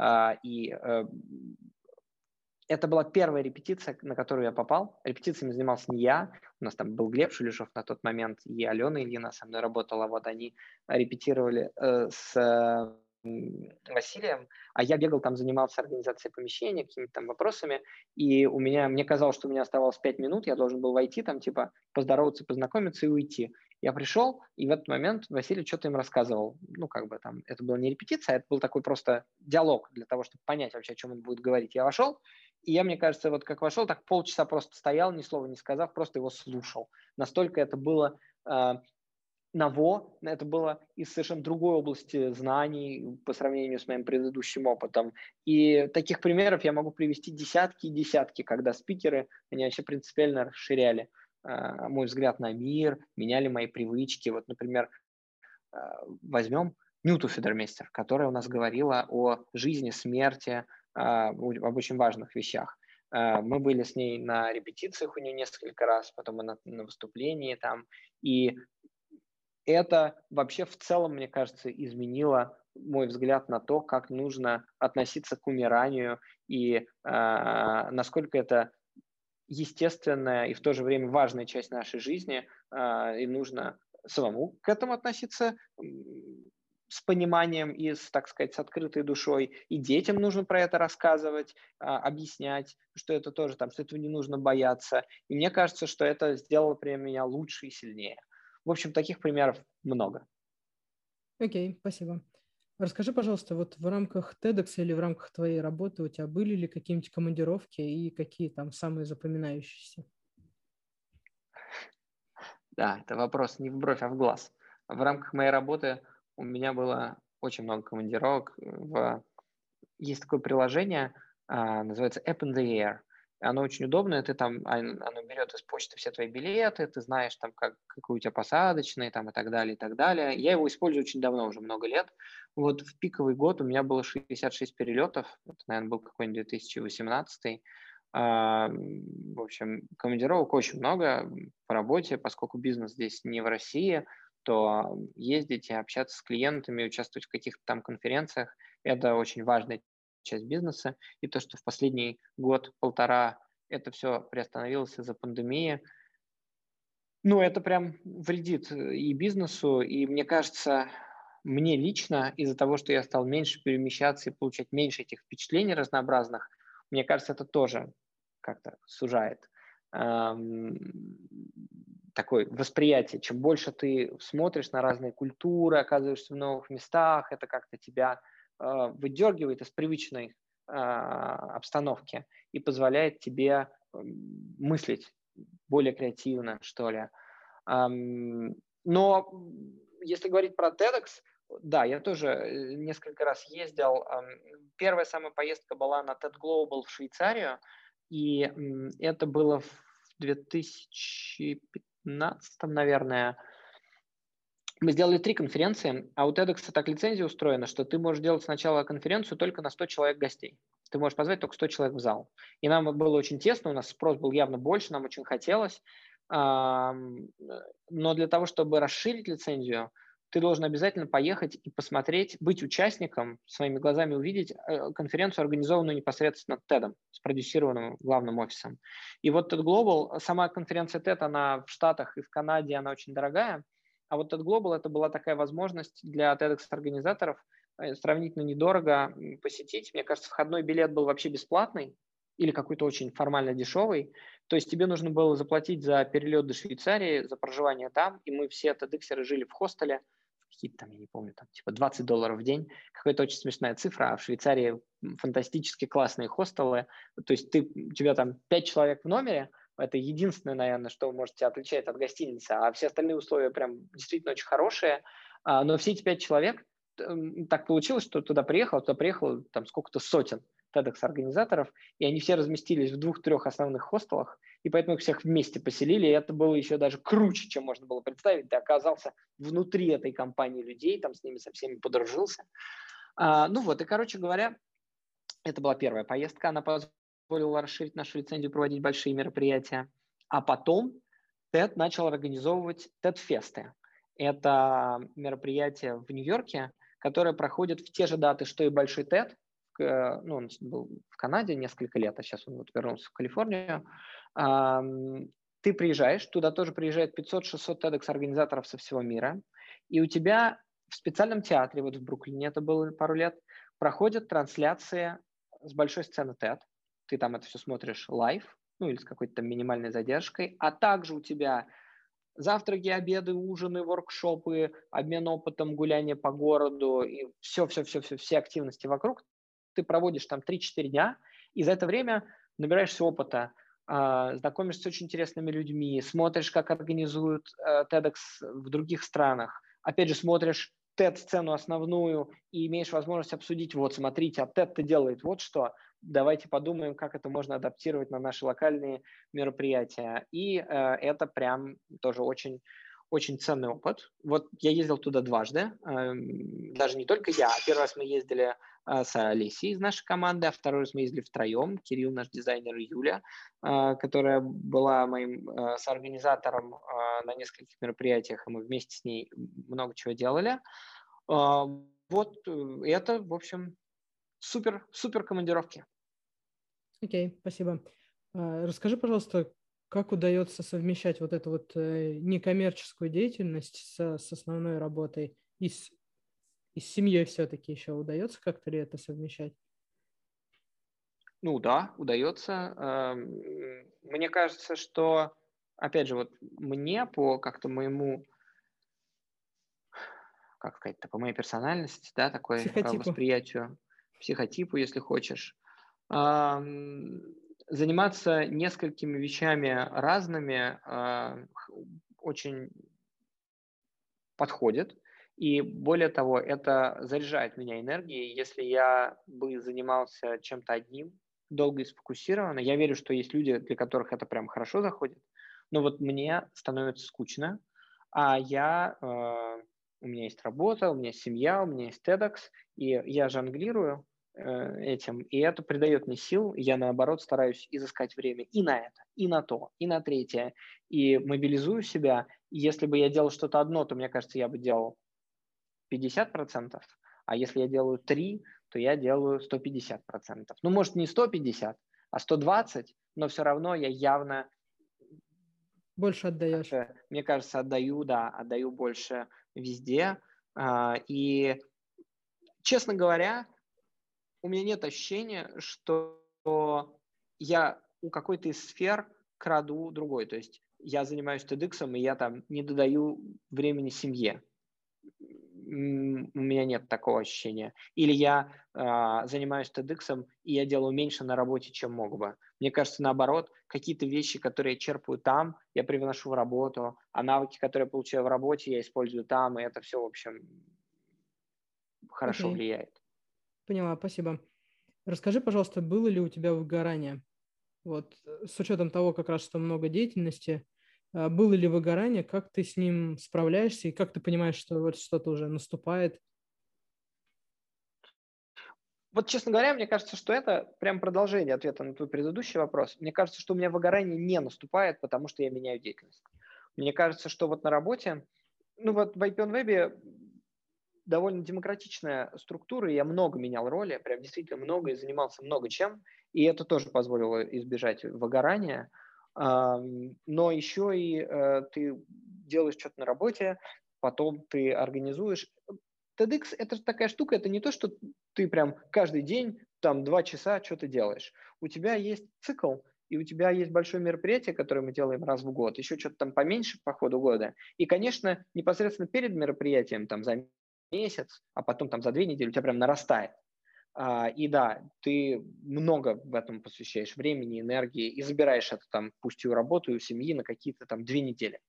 Это была первая репетиция, на которую я попал. Репетициями занимался не я. У нас там был Глеб Шулешов на тот момент, и Алена Ильина со мной работала. Вот они репетировали с Василием, а я бегал там, занимался организацией помещения, какими-то там вопросами, и мне казалось, что у меня оставалось 5 минут, я должен был войти там, типа, поздороваться, познакомиться и уйти. Я пришел, и в этот момент Василий что-то им рассказывал. Ну, как бы там, это была не репетиция, это был такой просто диалог для того, чтобы понять вообще, о чем он будет говорить. Я вошел, и я, мне кажется, вот как вошел, так полчаса просто стоял, ни слова не сказав, просто его слушал. Настолько это было ново, это было из совершенно другой области знаний по сравнению с моим предыдущим опытом. И таких примеров я могу привести десятки и десятки, когда спикеры, они вообще принципиально расширяли мой взгляд на мир, меняли мои привычки. Вот, например, возьмем Нюту Федермейстер, которая у нас говорила о жизни, смерти, об очень важных вещах. Мы были с ней на репетициях у нее несколько раз, потом на выступлении там, и это вообще в целом, мне кажется, изменило мой взгляд на то, как нужно относиться к умиранию и насколько это естественная и в то же время важная часть нашей жизни, и нужно самому к этому относиться с пониманием и, так сказать, с открытой душой. И детям нужно про это рассказывать, объяснять, что это тоже там, что этого не нужно бояться. И мне кажется, что это сделало при меня лучше и сильнее. В общем, таких примеров много. Окей, спасибо. Расскажи, пожалуйста, вот в рамках TEDx или в рамках твоей работы у тебя были ли какие-нибудь командировки и какие там самые запоминающиеся? Да, это вопрос не в бровь, а в глаз. В рамках моей работы у меня было очень много командировок. Есть такое приложение, называется App in the Air. Оно очень удобное, оно берет из почты все твои билеты, ты знаешь, там, какой у тебя посадочный, там, и так далее, и так далее. Я его использую очень давно, уже много лет. Вот в пиковый год у меня было 66 перелетов, это, наверное, был какой-нибудь 2018. В общем, командировок очень много по работе, поскольку бизнес здесь не в России, то ездить и общаться с клиентами, участвовать в каких-то там конференциях – это очень важная часть бизнеса. И то, что в последний год-полтора это все приостановилось из-за пандемии, Ну, это прям вредит и бизнесу, и мне кажется, мне лично из-за того, что я стал меньше перемещаться и получать меньше этих впечатлений разнообразных, мне кажется, это тоже как-то сужает ам, такое восприятие. Чем больше ты смотришь на разные культуры, оказываешься в новых местах, это как-то тебя выдергивает из привычной обстановки и позволяет тебе мыслить более креативно, что ли. Но если говорить про TEDx, да, я тоже несколько раз ездил. Первая самая поездка была на TED Global в Швейцарию, и это было в 2015, наверное. Мы сделали 3 конференции, а у TEDx так лицензия устроена, что ты можешь делать сначала конференцию только на 100 человек гостей. Ты можешь позвать только 100 человек в зал. И нам было очень тесно, у нас спрос был явно больше, нам очень хотелось. Но для того, чтобы расширить лицензию, ты должен обязательно поехать и посмотреть, быть участником, своими глазами увидеть конференцию, организованную непосредственно TED, спродюсированную главным офисом. И вот TED Global, сама конференция TED, она в Штатах и в Канаде, она очень дорогая, а вот TED Global это была такая возможность для TEDx-организаторов сравнительно недорого посетить. Мне кажется, входной билет был вообще бесплатный или какой-то очень формально дешевый. То есть тебе нужно было заплатить за перелет до Швейцарии, за проживание там, и мы все TEDxеры жили в хостеле, какие-то там, я не помню, там типа $20 в день. Какая-то очень смешная цифра, а в Швейцарии фантастически классные хостелы. То есть у тебя там 5 человек в номере, это единственное, наверное, что может тебя отличать от гостиницы, а все остальные условия прям действительно очень хорошие. Но все эти 5 человек, так получилось, что туда приехало там сколько-то сотен TEDx-организаторов, и они все разместились в 2-3 основных хостелах, и поэтому их всех вместе поселили, и это было еще даже круче, чем можно было представить. Ты оказался внутри этой компании людей, там с ними со всеми подружился. Ну вот, и, короче говоря, это была первая поездка, она позволила расширить нашу лицензию, проводить большие мероприятия. А потом TED начал организовывать TED-фесты. Это мероприятие в Нью-Йорке, которое проходит в те же даты, что и Большой TED. Ну, он был в Канаде несколько лет, а сейчас он вот вернулся в Калифорнию. Ты приезжаешь, туда тоже приезжает 500-600 TEDx-организаторов со всего мира, и у тебя в специальном театре, вот в Бруклине это было пару лет, проходят трансляции с большой сцены TED. Ты там это все смотришь лайв, ну или с какой-то там минимальной задержкой, а также у тебя завтраки, обеды, ужины, воркшопы, обмен опытом, гуляние по городу и все активности вокруг. Ты проводишь там 3-4 дня, и за это время набираешься опыта, знакомишься с очень интересными людьми, смотришь, как организуют TEDx в других странах. Опять же, смотришь TED-сцену основную и имеешь возможность обсудить, вот, смотрите, а TED-то делает вот что, давайте подумаем, как это можно адаптировать на наши локальные мероприятия. И это прям тоже очень, очень ценный опыт. Вот я ездил туда дважды, даже не только я. Первый раз мы ездили с Алисией из нашей команды, а второй раз мы ездили втроем. Кирилл, наш дизайнер, и Юля, которая была моим соорганизатором на нескольких мероприятиях, и мы вместе с ней много чего делали. Вот это, в общем, супер командировки. Окей, спасибо. Расскажи, пожалуйста, как удается совмещать вот эту вот некоммерческую деятельность с основной работой и с семьей все-таки еще удается как-то ли это совмещать? Ну да, удается. Мне кажется, что, опять же, вот мне по как-то моему, как сказать-то, по моей персональности, да, такой Психотипу. восприятию, психотипу, если хочешь, заниматься несколькими вещами разными очень подходит. И более того, это заряжает меня энергией. Если я бы занимался чем-то одним, долго и сфокусированно, я верю, что есть люди, для которых это прям хорошо заходит. Но вот мне становится скучно, а у меня есть работа, у меня есть семья, у меня есть TEDx, и я жонглирую этим, и это придает мне сил. Я, наоборот, стараюсь изыскать время и на это, и на то, и на третье, и мобилизую себя. И если бы я делал что-то одно, то, мне кажется, я бы делал 50%, а если я делаю 3, то я делаю 150%. Ну, может, не 150, а 120, но все равно я явно Больше отдаешь. Как-то, мне кажется, отдаю больше везде. И, честно говоря, у меня нет ощущения, что я у какой-то из сфер краду другой. То есть я занимаюсь TEDx, и я там не додаю времени семье. У меня нет такого ощущения. Или я занимаюсь TEDx, и я делаю меньше на работе, чем мог бы. Мне кажется, наоборот, какие-то вещи, которые я черпаю там, я привношу в работу, а навыки, которые я получаю в работе, я использую там, и это все, в общем, хорошо Окей, влияет. поняла, спасибо. Расскажи, пожалуйста, было ли у тебя выгорание? Вот с учетом того, как раз, что много деятельности, было ли выгорание, как ты с ним справляешься и как ты понимаешь, что вот что-то уже наступает? Вот, честно говоря, мне кажется, что это прям продолжение ответа на твой предыдущий вопрос. Мне кажется, что у меня выгорание не наступает, потому что я меняю деятельность. Мне кажется, что вот на работе, ну вот в IPN-вебе довольно демократичная структура, и я много менял роли, прям действительно много, и занимался много чем, и это тоже позволило избежать выгорания. Но еще и ты делаешь что-то на работе, потом ты организуешь. TEDx – это же такая штука, это не то, что ты прям каждый день, там, 2 часа что-то делаешь. У тебя есть цикл, и у тебя есть большое мероприятие, которое мы делаем раз в год, еще что-то там поменьше по ходу года. И, конечно, непосредственно перед мероприятием, там, за месяц, а потом там за 2 недели у тебя прям нарастает. И да, ты много в этом посвящаешь времени, энергии и забираешь это там, пусть и у работы, и у семьи на какие-то там 2 недели.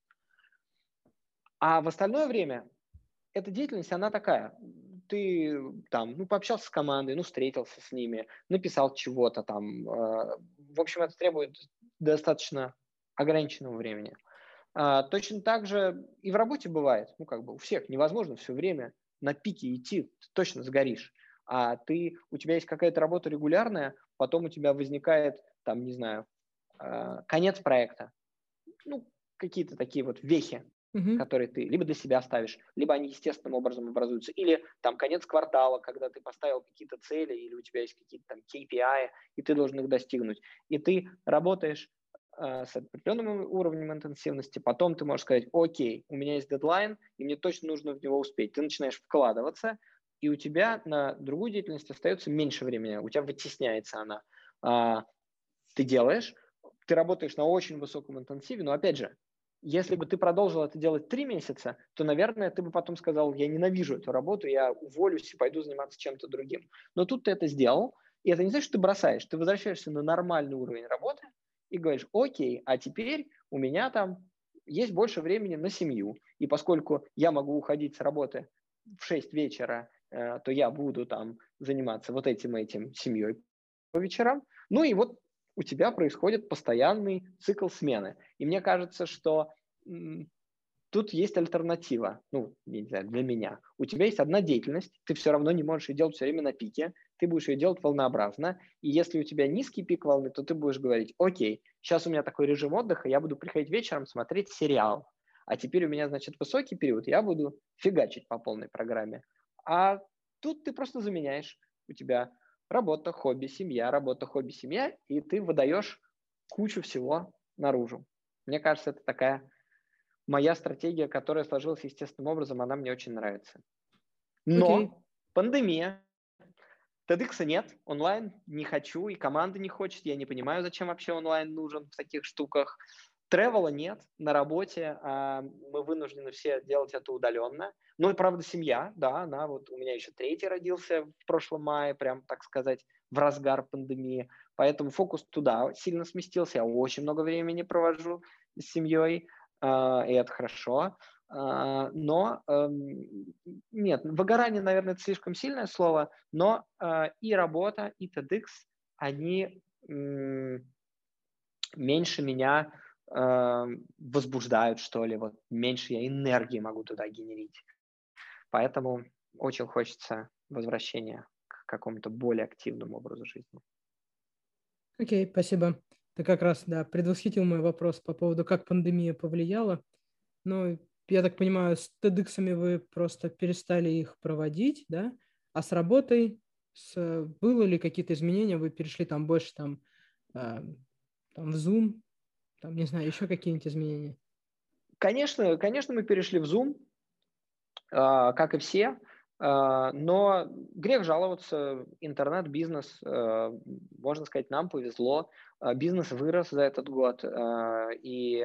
А в остальное время эта деятельность, она такая. Ты там, ну, пообщался с командой, ну, встретился с ними, написал чего-то там. В общем, это требует достаточно ограниченного времени. Точно так же и в работе бывает. Ну, как бы у всех невозможно все время на пике идти, ты точно сгоришь. У тебя есть какая-то работа регулярная, потом у тебя возникает, там, не знаю, конец проекта. Ну, какие-то такие вот вехи, Мгм. которые ты либо для себя ставишь, либо они естественным образом образуются, или там конец квартала, когда ты поставил какие-то цели, или у тебя есть какие-то там KPI, и ты должен их достигнуть. И ты работаешь с определенным уровнем интенсивности, потом ты можешь сказать, окей, у меня есть дедлайн, и мне точно нужно в него успеть. Ты начинаешь вкладываться, и у тебя на другую деятельность остается меньше времени, у тебя вытесняется она. Ты делаешь, ты работаешь на очень высоком интенсиве, но опять же, если бы ты продолжил это делать 3 месяца, то, наверное, ты бы потом сказал, я ненавижу эту работу, я уволюсь и пойду заниматься чем-то другим. Но тут ты это сделал, и это не значит, что ты бросаешь, ты возвращаешься на нормальный уровень работы и говоришь, окей, а теперь у меня там есть больше времени на семью, и поскольку я могу уходить с работы в 6 вечера, то я буду там заниматься вот этим семьей по вечерам. Ну и вот у тебя происходит постоянный цикл смены. И мне кажется, что тут есть альтернатива, ну, не знаю, для меня. У тебя есть одна деятельность, ты все равно не можешь ее делать все время на пике, ты будешь ее делать волнообразно, и если у тебя низкий пик волны, то ты будешь говорить, окей, сейчас у меня такой режим отдыха, я буду приходить вечером смотреть сериал, а теперь у меня, значит, высокий период, я буду фигачить по полной программе. А тут ты просто заменяешь, у тебя работа, хобби, семья, работа, хобби, семья, и ты выдаешь кучу всего наружу. Мне кажется, это такая моя стратегия, которая сложилась естественным образом, она мне очень нравится. Окей. Но пандемия, TEDx нет, онлайн не хочу, и команда не хочет, я не понимаю, зачем вообще онлайн нужен в таких штуках. Тревела нет на работе, мы вынуждены все делать это удаленно. Ну и правда семья, да, она вот у меня еще третий родился в прошлом мае, прям так сказать, в разгар пандемии. Поэтому фокус туда сильно сместился. Я очень много времени провожу с семьей, и это хорошо. Но нет, выгорание, наверное, это слишком сильное слово, но и работа, и TEDx, они меньше меня возбуждают, что ли, вот меньше я энергии могу туда генерить. Поэтому очень хочется возвращения к какому-то более активному образу жизни. Окей, спасибо. Ты как раз, да, предвосхитил мой вопрос по поводу, как пандемия повлияла. Ну, я так понимаю, с TEDx'ами вы просто перестали их проводить, да? А с работой, было ли какие-то изменения? Вы перешли там больше там в Zoom, там, не знаю, еще какие-нибудь изменения? Конечно, мы перешли в Zoom, как и все, но грех жаловаться. Интернет, бизнес, можно сказать, нам повезло. Бизнес вырос за этот год, и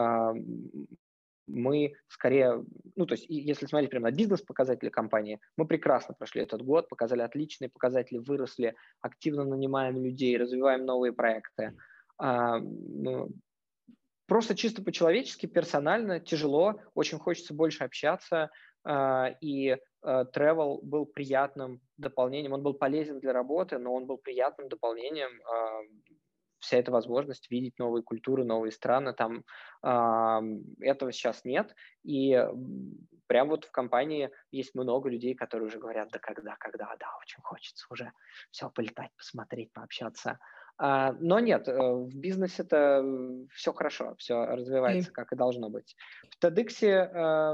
мы скорее, ну, то есть, если смотреть прямо на бизнес-показатели компании, мы прекрасно прошли этот год, показали отличные показатели, выросли, активно нанимаем людей, развиваем новые проекты. Ну, просто чисто по-человечески, персонально, тяжело, очень хочется больше общаться, и travel был приятным дополнением, он был полезен для работы, но он был приятным дополнением. Вся эта возможность видеть новые культуры, новые страны, там этого сейчас нет, и прям вот в компании есть много людей, которые уже говорят, да, да, очень хочется уже все полетать, посмотреть, пообщаться. Но нет, в бизнесе-то все хорошо, все развивается, Окей. как и должно быть. В TEDx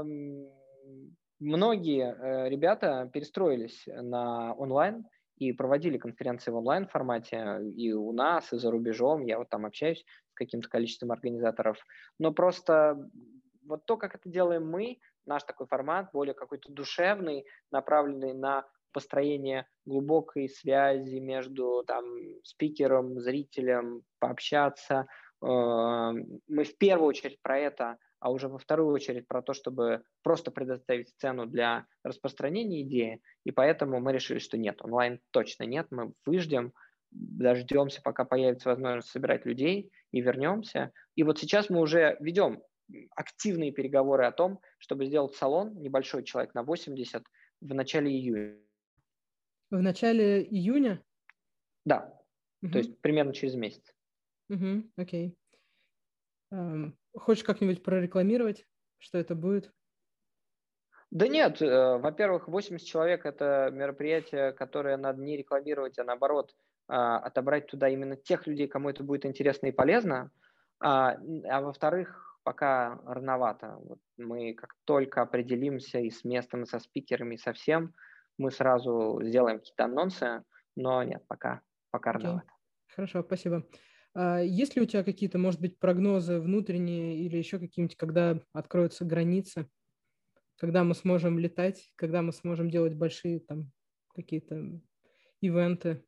многие ребята перестроились на онлайн и проводили конференции в онлайн-формате и у нас, и за рубежом. Я вот там общаюсь с каким-то количеством организаторов. Но просто вот то, как это делаем мы, наш такой формат, более какой-то душевный, направленный на построение глубокой связи между там, спикером, зрителем, пообщаться. Мы в первую очередь про это, а уже во вторую очередь про то, чтобы просто предоставить сцену для распространения идеи. И поэтому мы решили, что нет, онлайн точно нет, мы выждем, дождемся, пока появится возможность собирать людей, и вернемся. И вот сейчас мы уже ведем активные переговоры о том, чтобы сделать салон, небольшой, человек на 80, в начале июня. В начале июня? Да, то Угу. есть примерно через месяц. Угу. Окей. Хочешь как-нибудь прорекламировать, что это будет? Да нет, во-первых, 80 человек – это мероприятие, которое надо не рекламировать, а наоборот, отобрать туда именно тех людей, кому это будет интересно и полезно. А во-вторых, пока рановато. Вот мы как только определимся и с местом, и со спикерами, и со всем, мы сразу сделаем какие-то анонсы, но нет, пока Окей. рановато. Хорошо, спасибо. Есть ли у тебя какие-то, может быть, прогнозы внутренние или еще какие-нибудь, когда откроются границы, когда мы сможем летать, когда мы сможем делать большие там какие-то ивенты?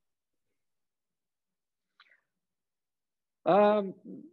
А,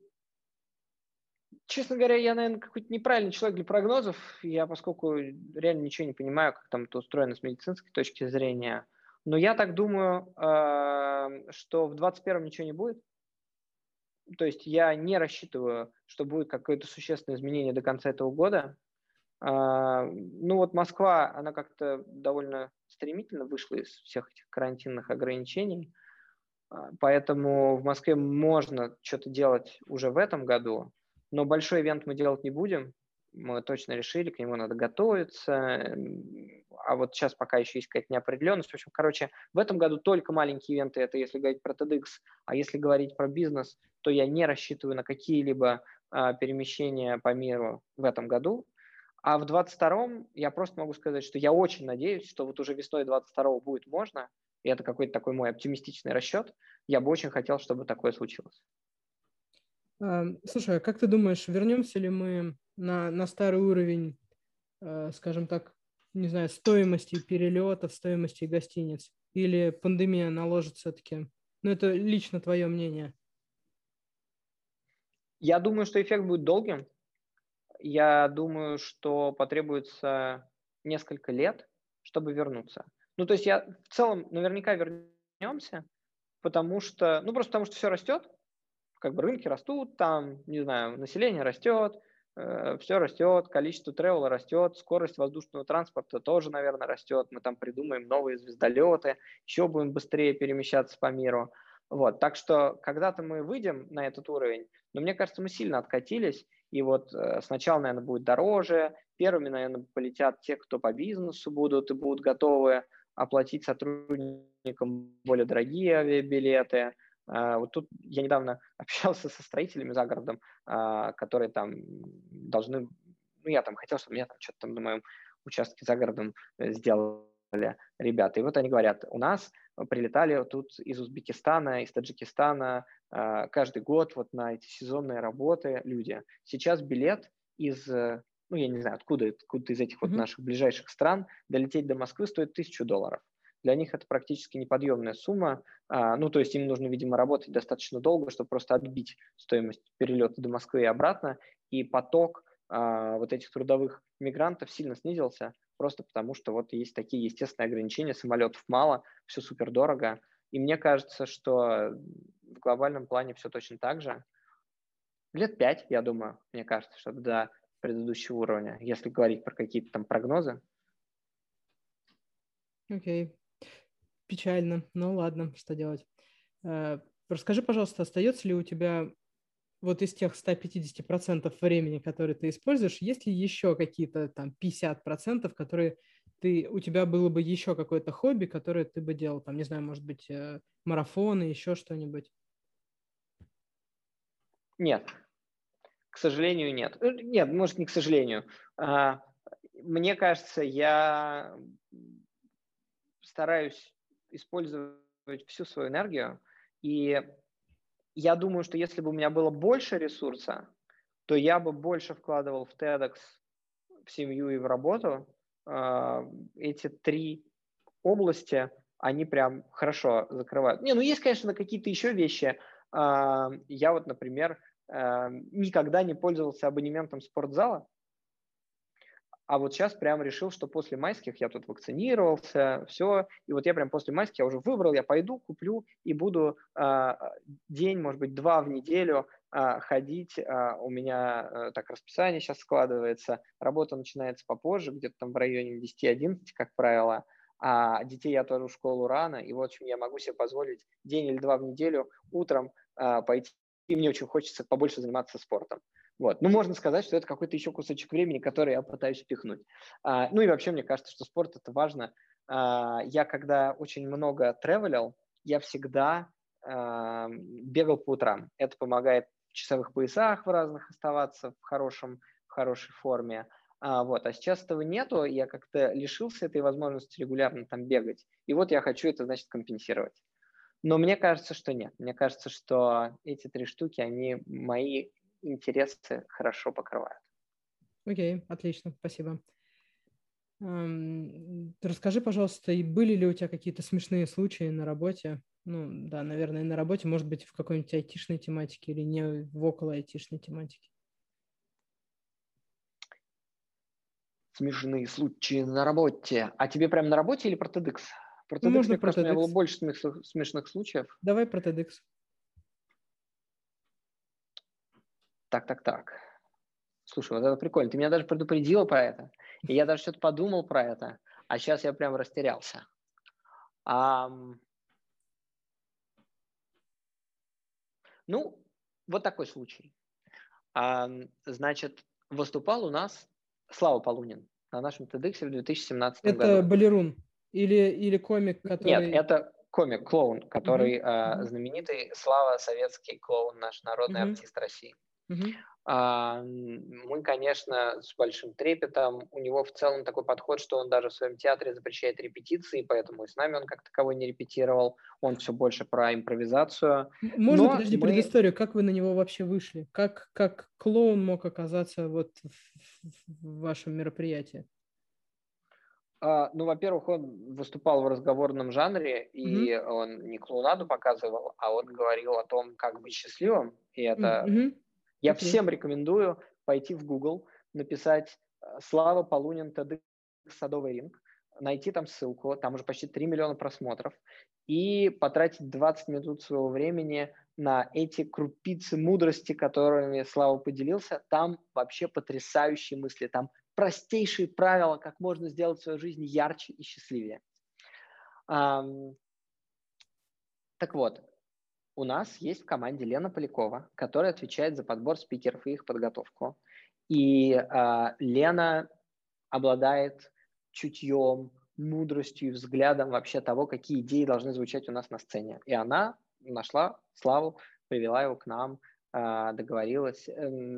Честно говоря, я, наверное, какой-то неправильный человек для прогнозов. Я, поскольку реально ничего не понимаю, как там это устроено с медицинской точки зрения. Но я так думаю, что в 2021 ничего не будет. То есть я не рассчитываю, что будет какое-то существенное изменение до конца этого года. Ну вот Москва, она как-то довольно стремительно вышла из всех этих карантинных ограничений. Поэтому в Москве можно что-то делать уже в этом году, но большой ивент мы делать не будем. Мы точно решили, к нему надо готовиться. А вот сейчас пока еще есть какая-то неопределенность. В общем, короче, в этом году только маленькие ивенты, это если говорить про TEDx, а если говорить про бизнес, то я не рассчитываю на какие-либо перемещения по миру в этом году. А в 22-м я просто могу сказать, что я очень надеюсь, что вот уже весной 22-го будет можно, и это какой-то такой мой оптимистичный расчет. Я бы очень хотел, чтобы такое случилось. Слушай, а как ты думаешь, вернемся ли мы на старый уровень, скажем так, не знаю, стоимости перелетов, стоимости гостиниц? Или пандемия наложит все-таки? Ну, это лично твое мнение. Я думаю, что эффект будет долгим. Я думаю, что потребуется несколько лет, чтобы вернуться. Ну, то есть я в целом наверняка вернемся, просто потому что все растет, как бы рынки растут, там, не знаю, население растет, все растет, количество тревела растет, скорость воздушного транспорта тоже, наверное, растет. Мы там придумаем новые звездолеты, еще будем быстрее перемещаться по миру. Вот, так что когда-то мы выйдем на этот уровень, но мне кажется, мы сильно откатились, и вот сначала, наверное, будет дороже, первыми, наверное, полетят те, кто по бизнесу будут и будут готовы оплатить сотрудникам более дорогие авиабилеты. Вот тут я недавно общался со строителями за городом, которые там должны... Ну, я там хотел, чтобы мне там что-то там на моем участке за городом сделали ребята. И вот они говорят, у нас прилетали тут из Узбекистана, из Таджикистана каждый год вот на эти сезонные работы люди. Сейчас билет ну, я не знаю, откуда из этих вот наших ближайших стран долететь до Москвы стоит $1000. Для них это практически неподъемная сумма. Ну, то есть им нужно, видимо, работать достаточно долго, чтобы просто отбить стоимость перелета до Москвы и обратно. И поток вот этих трудовых мигрантов сильно снизился, просто потому что вот есть такие естественные ограничения, самолетов мало, все супер дорого. И мне кажется, что в глобальном плане все точно так же. Лет 5, я думаю, мне кажется, что до предыдущего уровня, если говорить про какие-то там прогнозы. Окей. Печально. Ну ладно, что делать. Расскажи, пожалуйста, остается ли у тебя вот из тех 150% времени, которые ты используешь, есть ли еще какие-то там 50%, которые у тебя было бы еще какое-то хобби, которое ты бы делал, там, не знаю, может быть, марафоны, еще что-нибудь? Нет, к сожалению, нет. Нет, может, не к сожалению. Мне кажется, я стараюсь использовать всю свою энергию, и я думаю, что если бы у меня было больше ресурса, то я бы больше вкладывал в TEDx, в семью и в работу. Эти 3 области, они прям хорошо закрывают. Ну есть, конечно, какие-то еще вещи. Я вот, например, никогда не пользовался абонементом спортзала, а вот сейчас прям решил, что после майских я тут вакцинировался, все, и вот я прям после майских я уже выбрал, я пойду, куплю и буду день, может быть, 2 в неделю ходить. У меня так расписание сейчас складывается, работа начинается попозже, где-то там в районе 10-11, как правило, а детей я тоже в школу рано, и, в общем, я могу себе позволить день или 2 в неделю утром пойти, и мне очень хочется побольше заниматься спортом. Вот. Ну, можно сказать, что это какой-то еще кусочек времени, который я пытаюсь впихнуть. Ну и вообще, мне кажется, что спорт – это важно. Я когда очень много тревелил, я всегда бегал по утрам. Это помогает в часовых поясах в разных оставаться в хорошей форме. Вот. А сейчас этого нету, я как-то лишился этой возможности регулярно там бегать. И вот я хочу это, значит, компенсировать. Но мне кажется, что нет. Мне кажется, что эти 3 штуки, они мои интересы хорошо покрывают. Окей, отлично, спасибо. Расскажи, пожалуйста, и были ли у тебя какие-то смешные случаи на работе? Ну, да, наверное, на работе, может быть, в какой-нибудь айтишной тематике или не в около айтишной тематике. Смешные случаи на работе. А тебе прям на работе или про TEDx? Про Ну, TEDx, можно мне про кажется, у меня было TEDx. больше смешных случаев. Давай про TEDx. Так. Слушай, вот это прикольно. Ты меня даже предупредила про это. И я даже что-то подумал про это. А сейчас я прям растерялся. Ну, вот такой случай. Значит, выступал у нас Слава Полунин на нашем TEDx в 2017 Это году. балерун или комик, Нет, который... это комик, клоун, который Мгм. знаменитый Слава, советский клоун, наш народный Мгм. артист России. Мгм. Мы, конечно, с большим трепетом. У него в целом такой подход, что он даже в своем театре запрещает репетиции, поэтому и с нами он как таковой не репетировал. Он все больше про импровизацию. Можно, Но подожди, мы предысторию, как вы на него вообще вышли? Как клоун мог оказаться вот в вашем мероприятии? Ну, во-первых, он выступал в разговорном жанре, Мгм. и он не клоунаду показывал, а он говорил о том, как быть счастливым. И это Мгм. я Окей. всем рекомендую пойти в Google, написать «Слава Полунин TEDx Садовый ринг», найти там ссылку, там уже почти 3 миллиона просмотров, и потратить 20 минут своего времени на эти крупицы мудрости, которыми Слава поделился. Там вообще потрясающие мысли, там простейшие правила, как можно сделать свою жизнь ярче и счастливее. Так вот, у нас есть в команде Лена Полякова, которая отвечает за подбор спикеров и их подготовку. И Лена обладает чутьем, мудростью и взглядом вообще того, какие идеи должны звучать у нас на сцене. И она нашла Славу, привела его к нам, договорилась.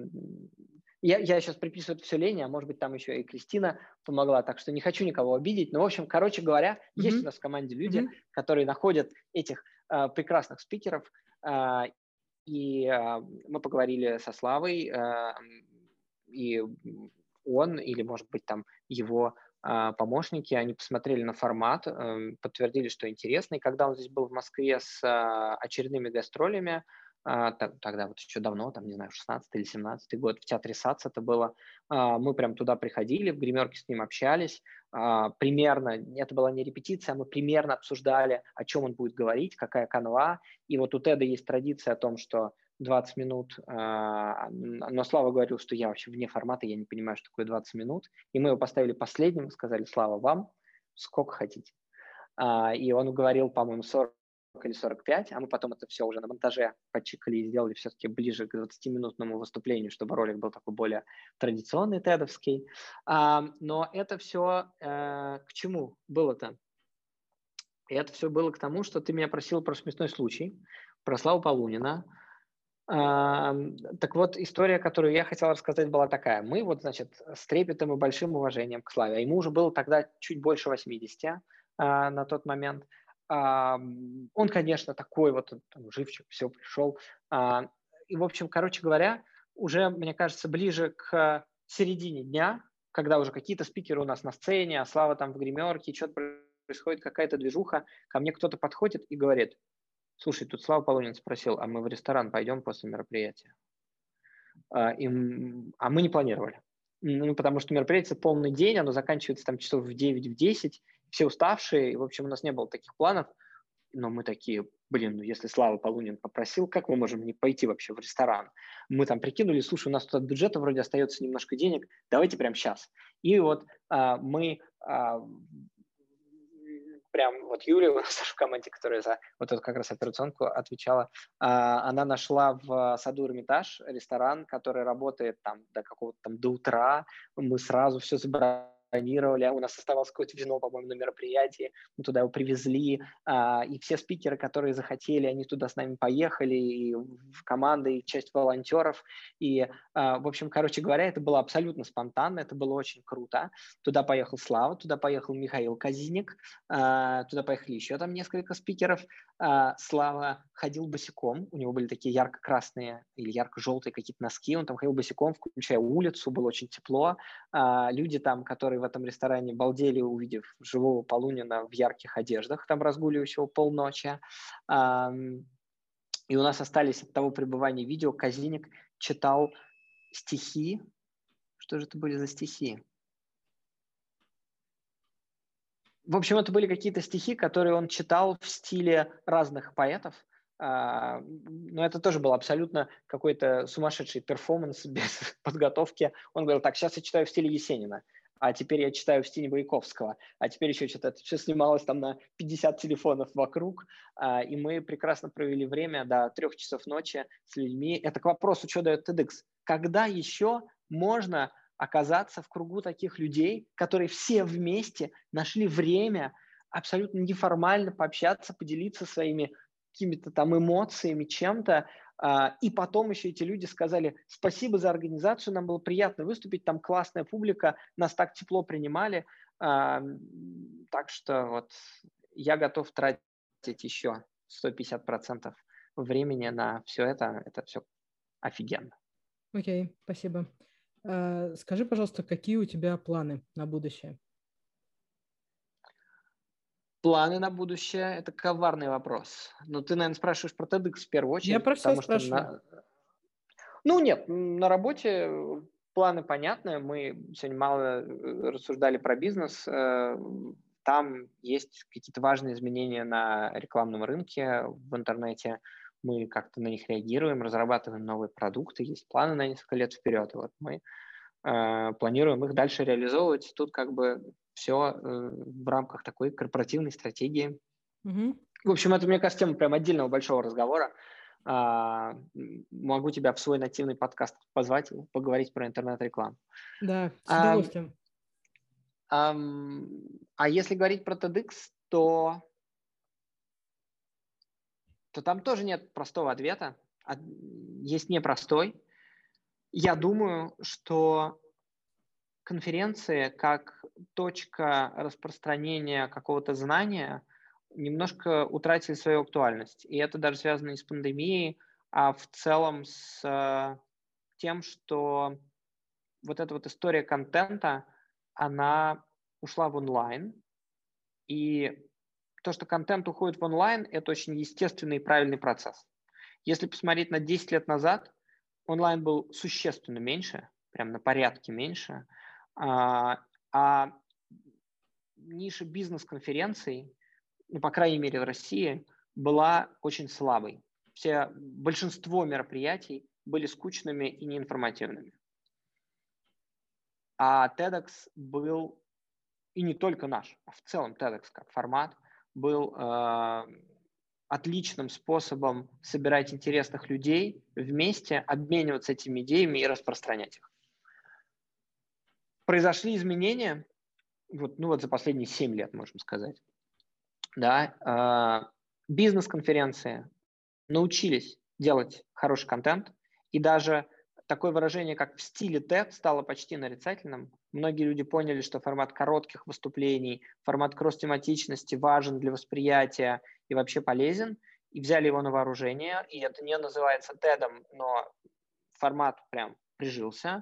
Я сейчас приписываю это все Лене, а может быть, там еще и Кристина помогла, так что не хочу никого обидеть. Но, в общем, короче говоря, есть у Мгм. нас в команде люди, Мгм. которые находят этих прекрасных спикеров, и мы поговорили со Славой, и он или, может быть, там его помощники, они посмотрели на формат, подтвердили, что интересно. И когда он здесь был в Москве с очередными гастролями, тогда вот еще давно, там, не знаю, 16 или 17 год, в театре САЦ это было, мы прям туда приходили, в гримерке с ним общались, примерно, это была не репетиция, мы примерно обсуждали, о чем он будет говорить, какая канва. И вот у Теда есть традиция о том, что 20 минут, но Слава говорил, что я вообще вне формата, я не понимаю, что такое 20 минут. И мы его поставили последним, сказали: Слава, вам сколько хотите. И он говорил, по-моему, 40 или 45, а мы потом это все уже на монтаже подчикали и сделали все-таки ближе к 20-минутному выступлению, чтобы ролик был такой более традиционный, тедовский. Но это все к чему было-то? И это все было к тому, что ты меня просил про смешной случай, про Славу Полунина. Так вот, история, которую я хотел рассказать, была такая. Мы вот, значит, с трепетом и большим уважением к Славе, а ему уже было тогда чуть больше 80 на тот момент. Он, конечно, такой вот там, живчик, все, пришел. И, в общем, короче говоря, уже, мне кажется, ближе к середине дня, когда уже какие-то спикеры у нас на сцене, а Слава там в гримерке, что-то происходит, какая-то движуха, ко мне кто-то подходит и говорит: слушай, тут Слава Полунин спросил, а мы в ресторан пойдем после мероприятия? А мы не планировали. Ну, потому что мероприятие полный день, оно заканчивается там часов в 9, в 10, все уставшие, и, в общем, у нас не было таких планов, но мы такие: блин, ну если Слава Полунин попросил, как мы можем не пойти вообще в ресторан? Мы там прикинули: слушай, у нас тут от бюджета вроде остается немножко денег, давайте прямо сейчас. И вот мы прям вот Юлия у нас в команде, которая за вот эту как раз операционку отвечала, она нашла в саду Эрмитаж ресторан, который работает там до какого-то там до утра. Мы сразу все забронировали, у нас оставалось какое-то вино, по-моему, на мероприятии, мы туда его привезли, и все спикеры, которые захотели, они туда с нами поехали, и в команды, и часть волонтеров, и, в общем, короче говоря, это было абсолютно спонтанно, это было очень круто. Туда поехал Слава, туда поехал Михаил Казиник, туда поехали еще там несколько спикеров. Слава ходил босиком, у него были такие ярко-красные или ярко-желтые какие-то носки, он там ходил босиком, включая улицу, было очень тепло. Люди там, которые в этом ресторане балдели, увидев живого Полунина в ярких одеждах, там разгуливающего полночи. И у нас остались от того пребывания видео. Казиник читал стихи. Что же это были за стихи? В общем, это были какие-то стихи, которые он читал в стиле разных поэтов. Но это тоже был абсолютно какой-то сумасшедший перформанс без подготовки. Он говорил: так, сейчас я читаю в стиле Есенина, а теперь я читаю в стиле Маяковского, а теперь еще что-то. Это все снималось там на 50 телефонов вокруг, и мы прекрасно провели время до 3 часов ночи с людьми. Это к вопросу, что дает TEDx. Когда еще можно оказаться в кругу таких людей, которые все вместе нашли время абсолютно неформально пообщаться, поделиться своими какими-то там эмоциями, чем-то, и потом еще эти люди сказали: спасибо за организацию, нам было приятно выступить, там классная публика, нас так тепло принимали, так что вот я готов тратить еще 150% времени на все это все офигенно. Окей, спасибо. Скажи, пожалуйста, какие у тебя планы на будущее? Планы на будущее – это коварный вопрос. Но ты, наверное, спрашиваешь про TEDx в первую очередь. Я про все потому что спрашиваю. Ну, нет, на работе планы понятны. Мы сегодня мало рассуждали про бизнес. Там есть какие-то важные изменения на рекламном рынке в интернете. Мы как-то на них реагируем, разрабатываем новые продукты. Есть планы на несколько лет вперед. И вот мы планируем их дальше реализовывать. Тут как бы все в рамках такой корпоративной стратегии. Угу. В общем, это, мне кажется, тема прям отдельного большого разговора. Могу тебя в свой нативный подкаст позвать, поговорить про интернет-рекламу. Да, с удовольствием. А если говорить про TEDx, то там тоже нет простого ответа. Есть непростой. Я думаю, что конференции как точка распространения какого-то знания немножко утратили свою актуальность. И это даже связано не с пандемией, а в целом с тем, что вот эта вот история контента, она ушла в онлайн, и то, что контент уходит в онлайн, это очень естественный и правильный процесс. Если посмотреть на 10 лет назад, онлайн был существенно меньше, прям на порядке меньше, а ниша бизнес-конференций, ну, по крайней мере, в России, была очень слабой. Большинство мероприятий были скучными и неинформативными. А TEDx был, и не только наш, а в целом TEDx как формат, был отличным способом собирать интересных людей вместе, обмениваться этими идеями и распространять их. Произошли изменения вот за последние 7 лет, можем сказать. Да, бизнес-конференции научились делать хороший контент, и даже такое выражение, как в стиле TED, стало почти нарицательным. Многие люди поняли, что формат коротких выступлений, формат кросс-тематичности важен для восприятия и вообще полезен, и взяли его на вооружение, и это не называется TED, но формат прям прижился.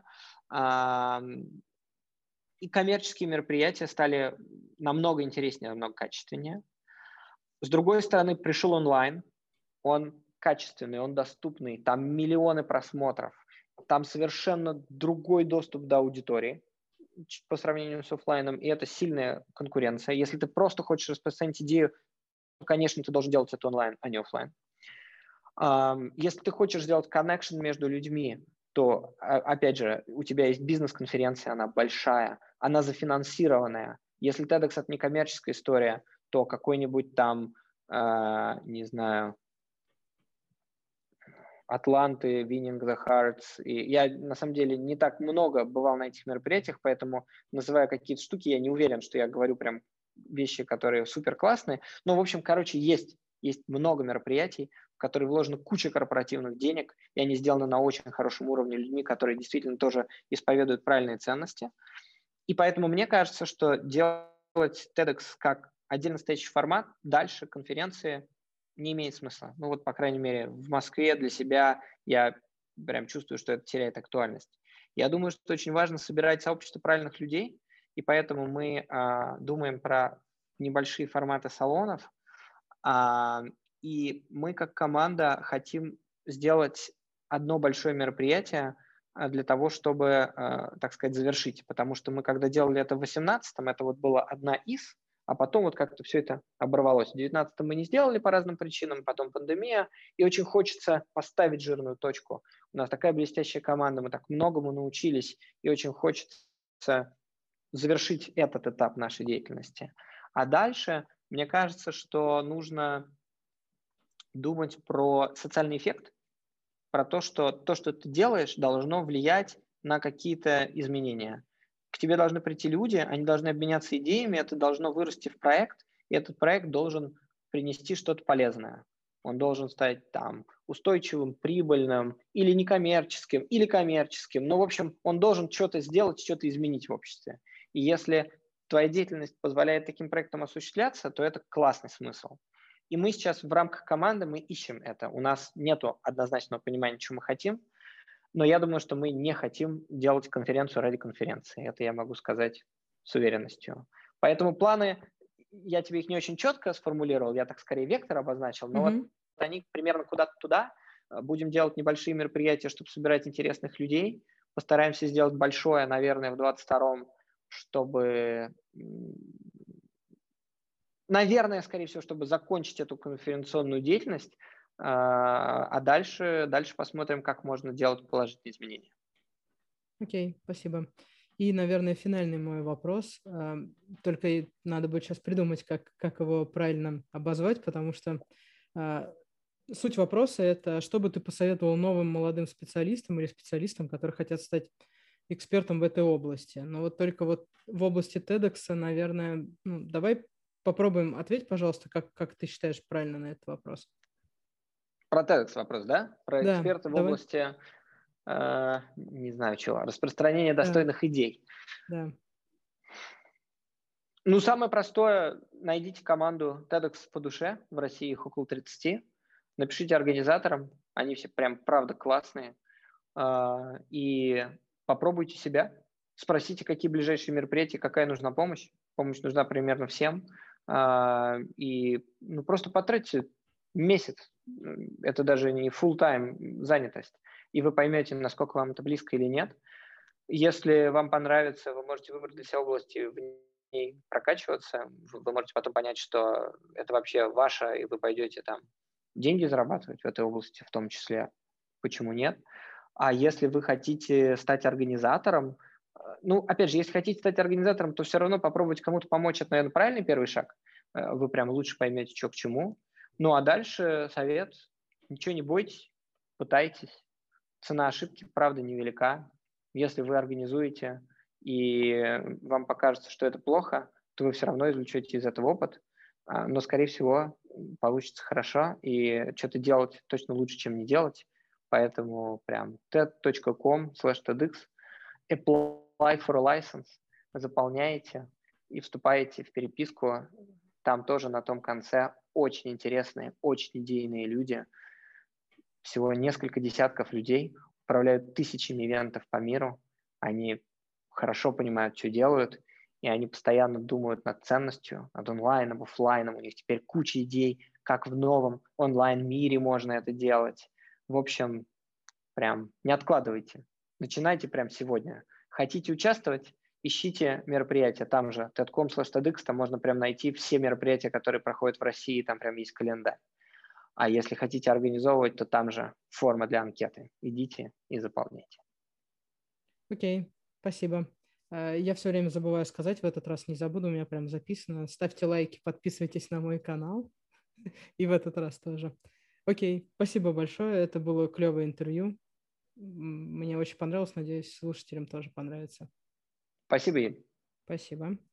И коммерческие мероприятия стали намного интереснее, намного качественнее. С другой стороны, пришел онлайн, он качественный, он доступный, там миллионы просмотров, там совершенно другой доступ до аудитории по сравнению с офлайном, и это сильная конкуренция. Если ты просто хочешь распространить идею, то, конечно, ты должен делать это онлайн, а не офлайн. Если ты хочешь сделать connection между людьми, то, опять же, у тебя есть бизнес-конференция, она большая, она зафинансированная. Если TEDx – это не коммерческая история, то какой-нибудь там, не знаю, Атланты, Winning the Hearts. И я, на самом деле, не так много бывал на этих мероприятиях, поэтому, называя какие-то штуки, я не уверен, что я говорю прям вещи, которые супер классные. Но, в общем, короче, есть много мероприятий, в которые вложена куча корпоративных денег, и они сделаны на очень хорошем уровне людьми, которые действительно тоже исповедуют правильные ценности. И поэтому мне кажется, что делать TEDx как отдельно стоящий формат, дальше конференции не имеет смысла. Ну вот, по крайней мере, в Москве для себя я прям чувствую, что это теряет актуальность. Я думаю, что очень важно собирать сообщество правильных людей, и поэтому мы думаем про небольшие форматы салонов, и мы как команда хотим сделать одно большое мероприятие для того, чтобы, так сказать, завершить. Потому что мы, когда делали это в 2018-м, это вот была одна из, а потом вот как-то все это оборвалось. В 2019-м мы не сделали по разным причинам, потом пандемия, и очень хочется поставить жирную точку. У нас такая блестящая команда, мы так многому научились, и очень хочется завершить этот этап нашей деятельности. А дальше, мне кажется, что нужно думать про социальный эффект, про то, что ты делаешь, должно влиять на какие-то изменения. К тебе должны прийти люди, они должны обменяться идеями, это должно вырасти в проект, и этот проект должен принести что-то полезное. Он должен стать там устойчивым, прибыльным, или некоммерческим, или коммерческим. Но, в общем, он должен что-то сделать, что-то изменить в обществе. И если твоя деятельность позволяет таким проектам осуществляться, то это классный смысл. И мы сейчас в рамках команды мы ищем это. У нас нет однозначного понимания, чего мы хотим, но я думаю, что мы не хотим делать конференцию ради конференции. Это я могу сказать с уверенностью. Поэтому планы, я тебе их не очень четко сформулировал, я так скорее вектор обозначил, но вот они примерно куда-то туда. Будем делать небольшие мероприятия, чтобы собирать интересных людей. Постараемся сделать большое, наверное, в 22-м, чтобы... Наверное, скорее всего, чтобы закончить эту конференционную деятельность, а дальше посмотрим, как можно делать положительные изменения. Окей, спасибо. И, наверное, финальный мой вопрос. Только надо будет сейчас придумать, как его правильно обозвать, потому что суть вопроса – это что бы ты посоветовал новым молодым специалистам или специалистам, которые хотят стать экспертом в этой области. Но вот только вот в области TEDx, наверное, давай попробуем ответить, пожалуйста, как ты считаешь правильно на этот вопрос. Про TEDx вопрос, да? Про Да, эксперта в давай. области, не знаю чего, распространения достойных идей. Да. Ну, самое простое, найдите команду TEDx по душе, в России их около 30, напишите организаторам, они все прям правда классные, и попробуйте себя, спросите, какие ближайшие мероприятия, какая нужна помощь. Помощь нужна примерно всем. И просто потратьте месяц, это даже не full-time занятость, и вы поймете, насколько вам это близко или нет. Если вам понравится, вы можете выбрать для себя области, в ней прокачиваться. Вы можете потом понять, что это вообще ваше, и вы пойдете там деньги зарабатывать в этой области в том числе. Почему нет? А если вы хотите стать организатором, опять же, если хотите стать организатором, то все равно попробовать кому-то помочь – это, наверное, правильный первый шаг. Вы прям лучше поймете, что к чему. Ну, а дальше совет – ничего не бойтесь, пытайтесь. Цена ошибки, правда, невелика. Если вы организуете и вам покажется, что это плохо, то вы все равно извлечете из этого опыт, но, скорее всего, получится хорошо, и что-то делать точно лучше, чем не делать. Поэтому прям ted.com/tedx, apply for a license, заполняете и вступаете в переписку. Там тоже на том конце очень интересные, очень идейные люди. Всего несколько десятков людей управляют тысячами ивентов по миру. Они хорошо понимают, что делают, и они постоянно думают над ценностью, над онлайном, офлайном. У них теперь куча идей, как в новом онлайн-мире можно это делать. В общем, прям не откладывайте. Начинайте прямо сегодня. Хотите участвовать? Ищите мероприятия. Там же ted.com/tedx, там можно прям найти все мероприятия, которые проходят в России, там прям есть календарь. А если хотите организовывать, то там же форма для анкеты. Идите и заполняйте. Окей, спасибо. Я все время забываю сказать, в этот раз не забуду, у меня прям записано. Ставьте лайки, подписывайтесь на мой канал. И в этот раз тоже. Окей, спасибо большое. Это было клевое интервью. Мне очень понравилось. Надеюсь, слушателям тоже понравится. Спасибо, Ель. Спасибо.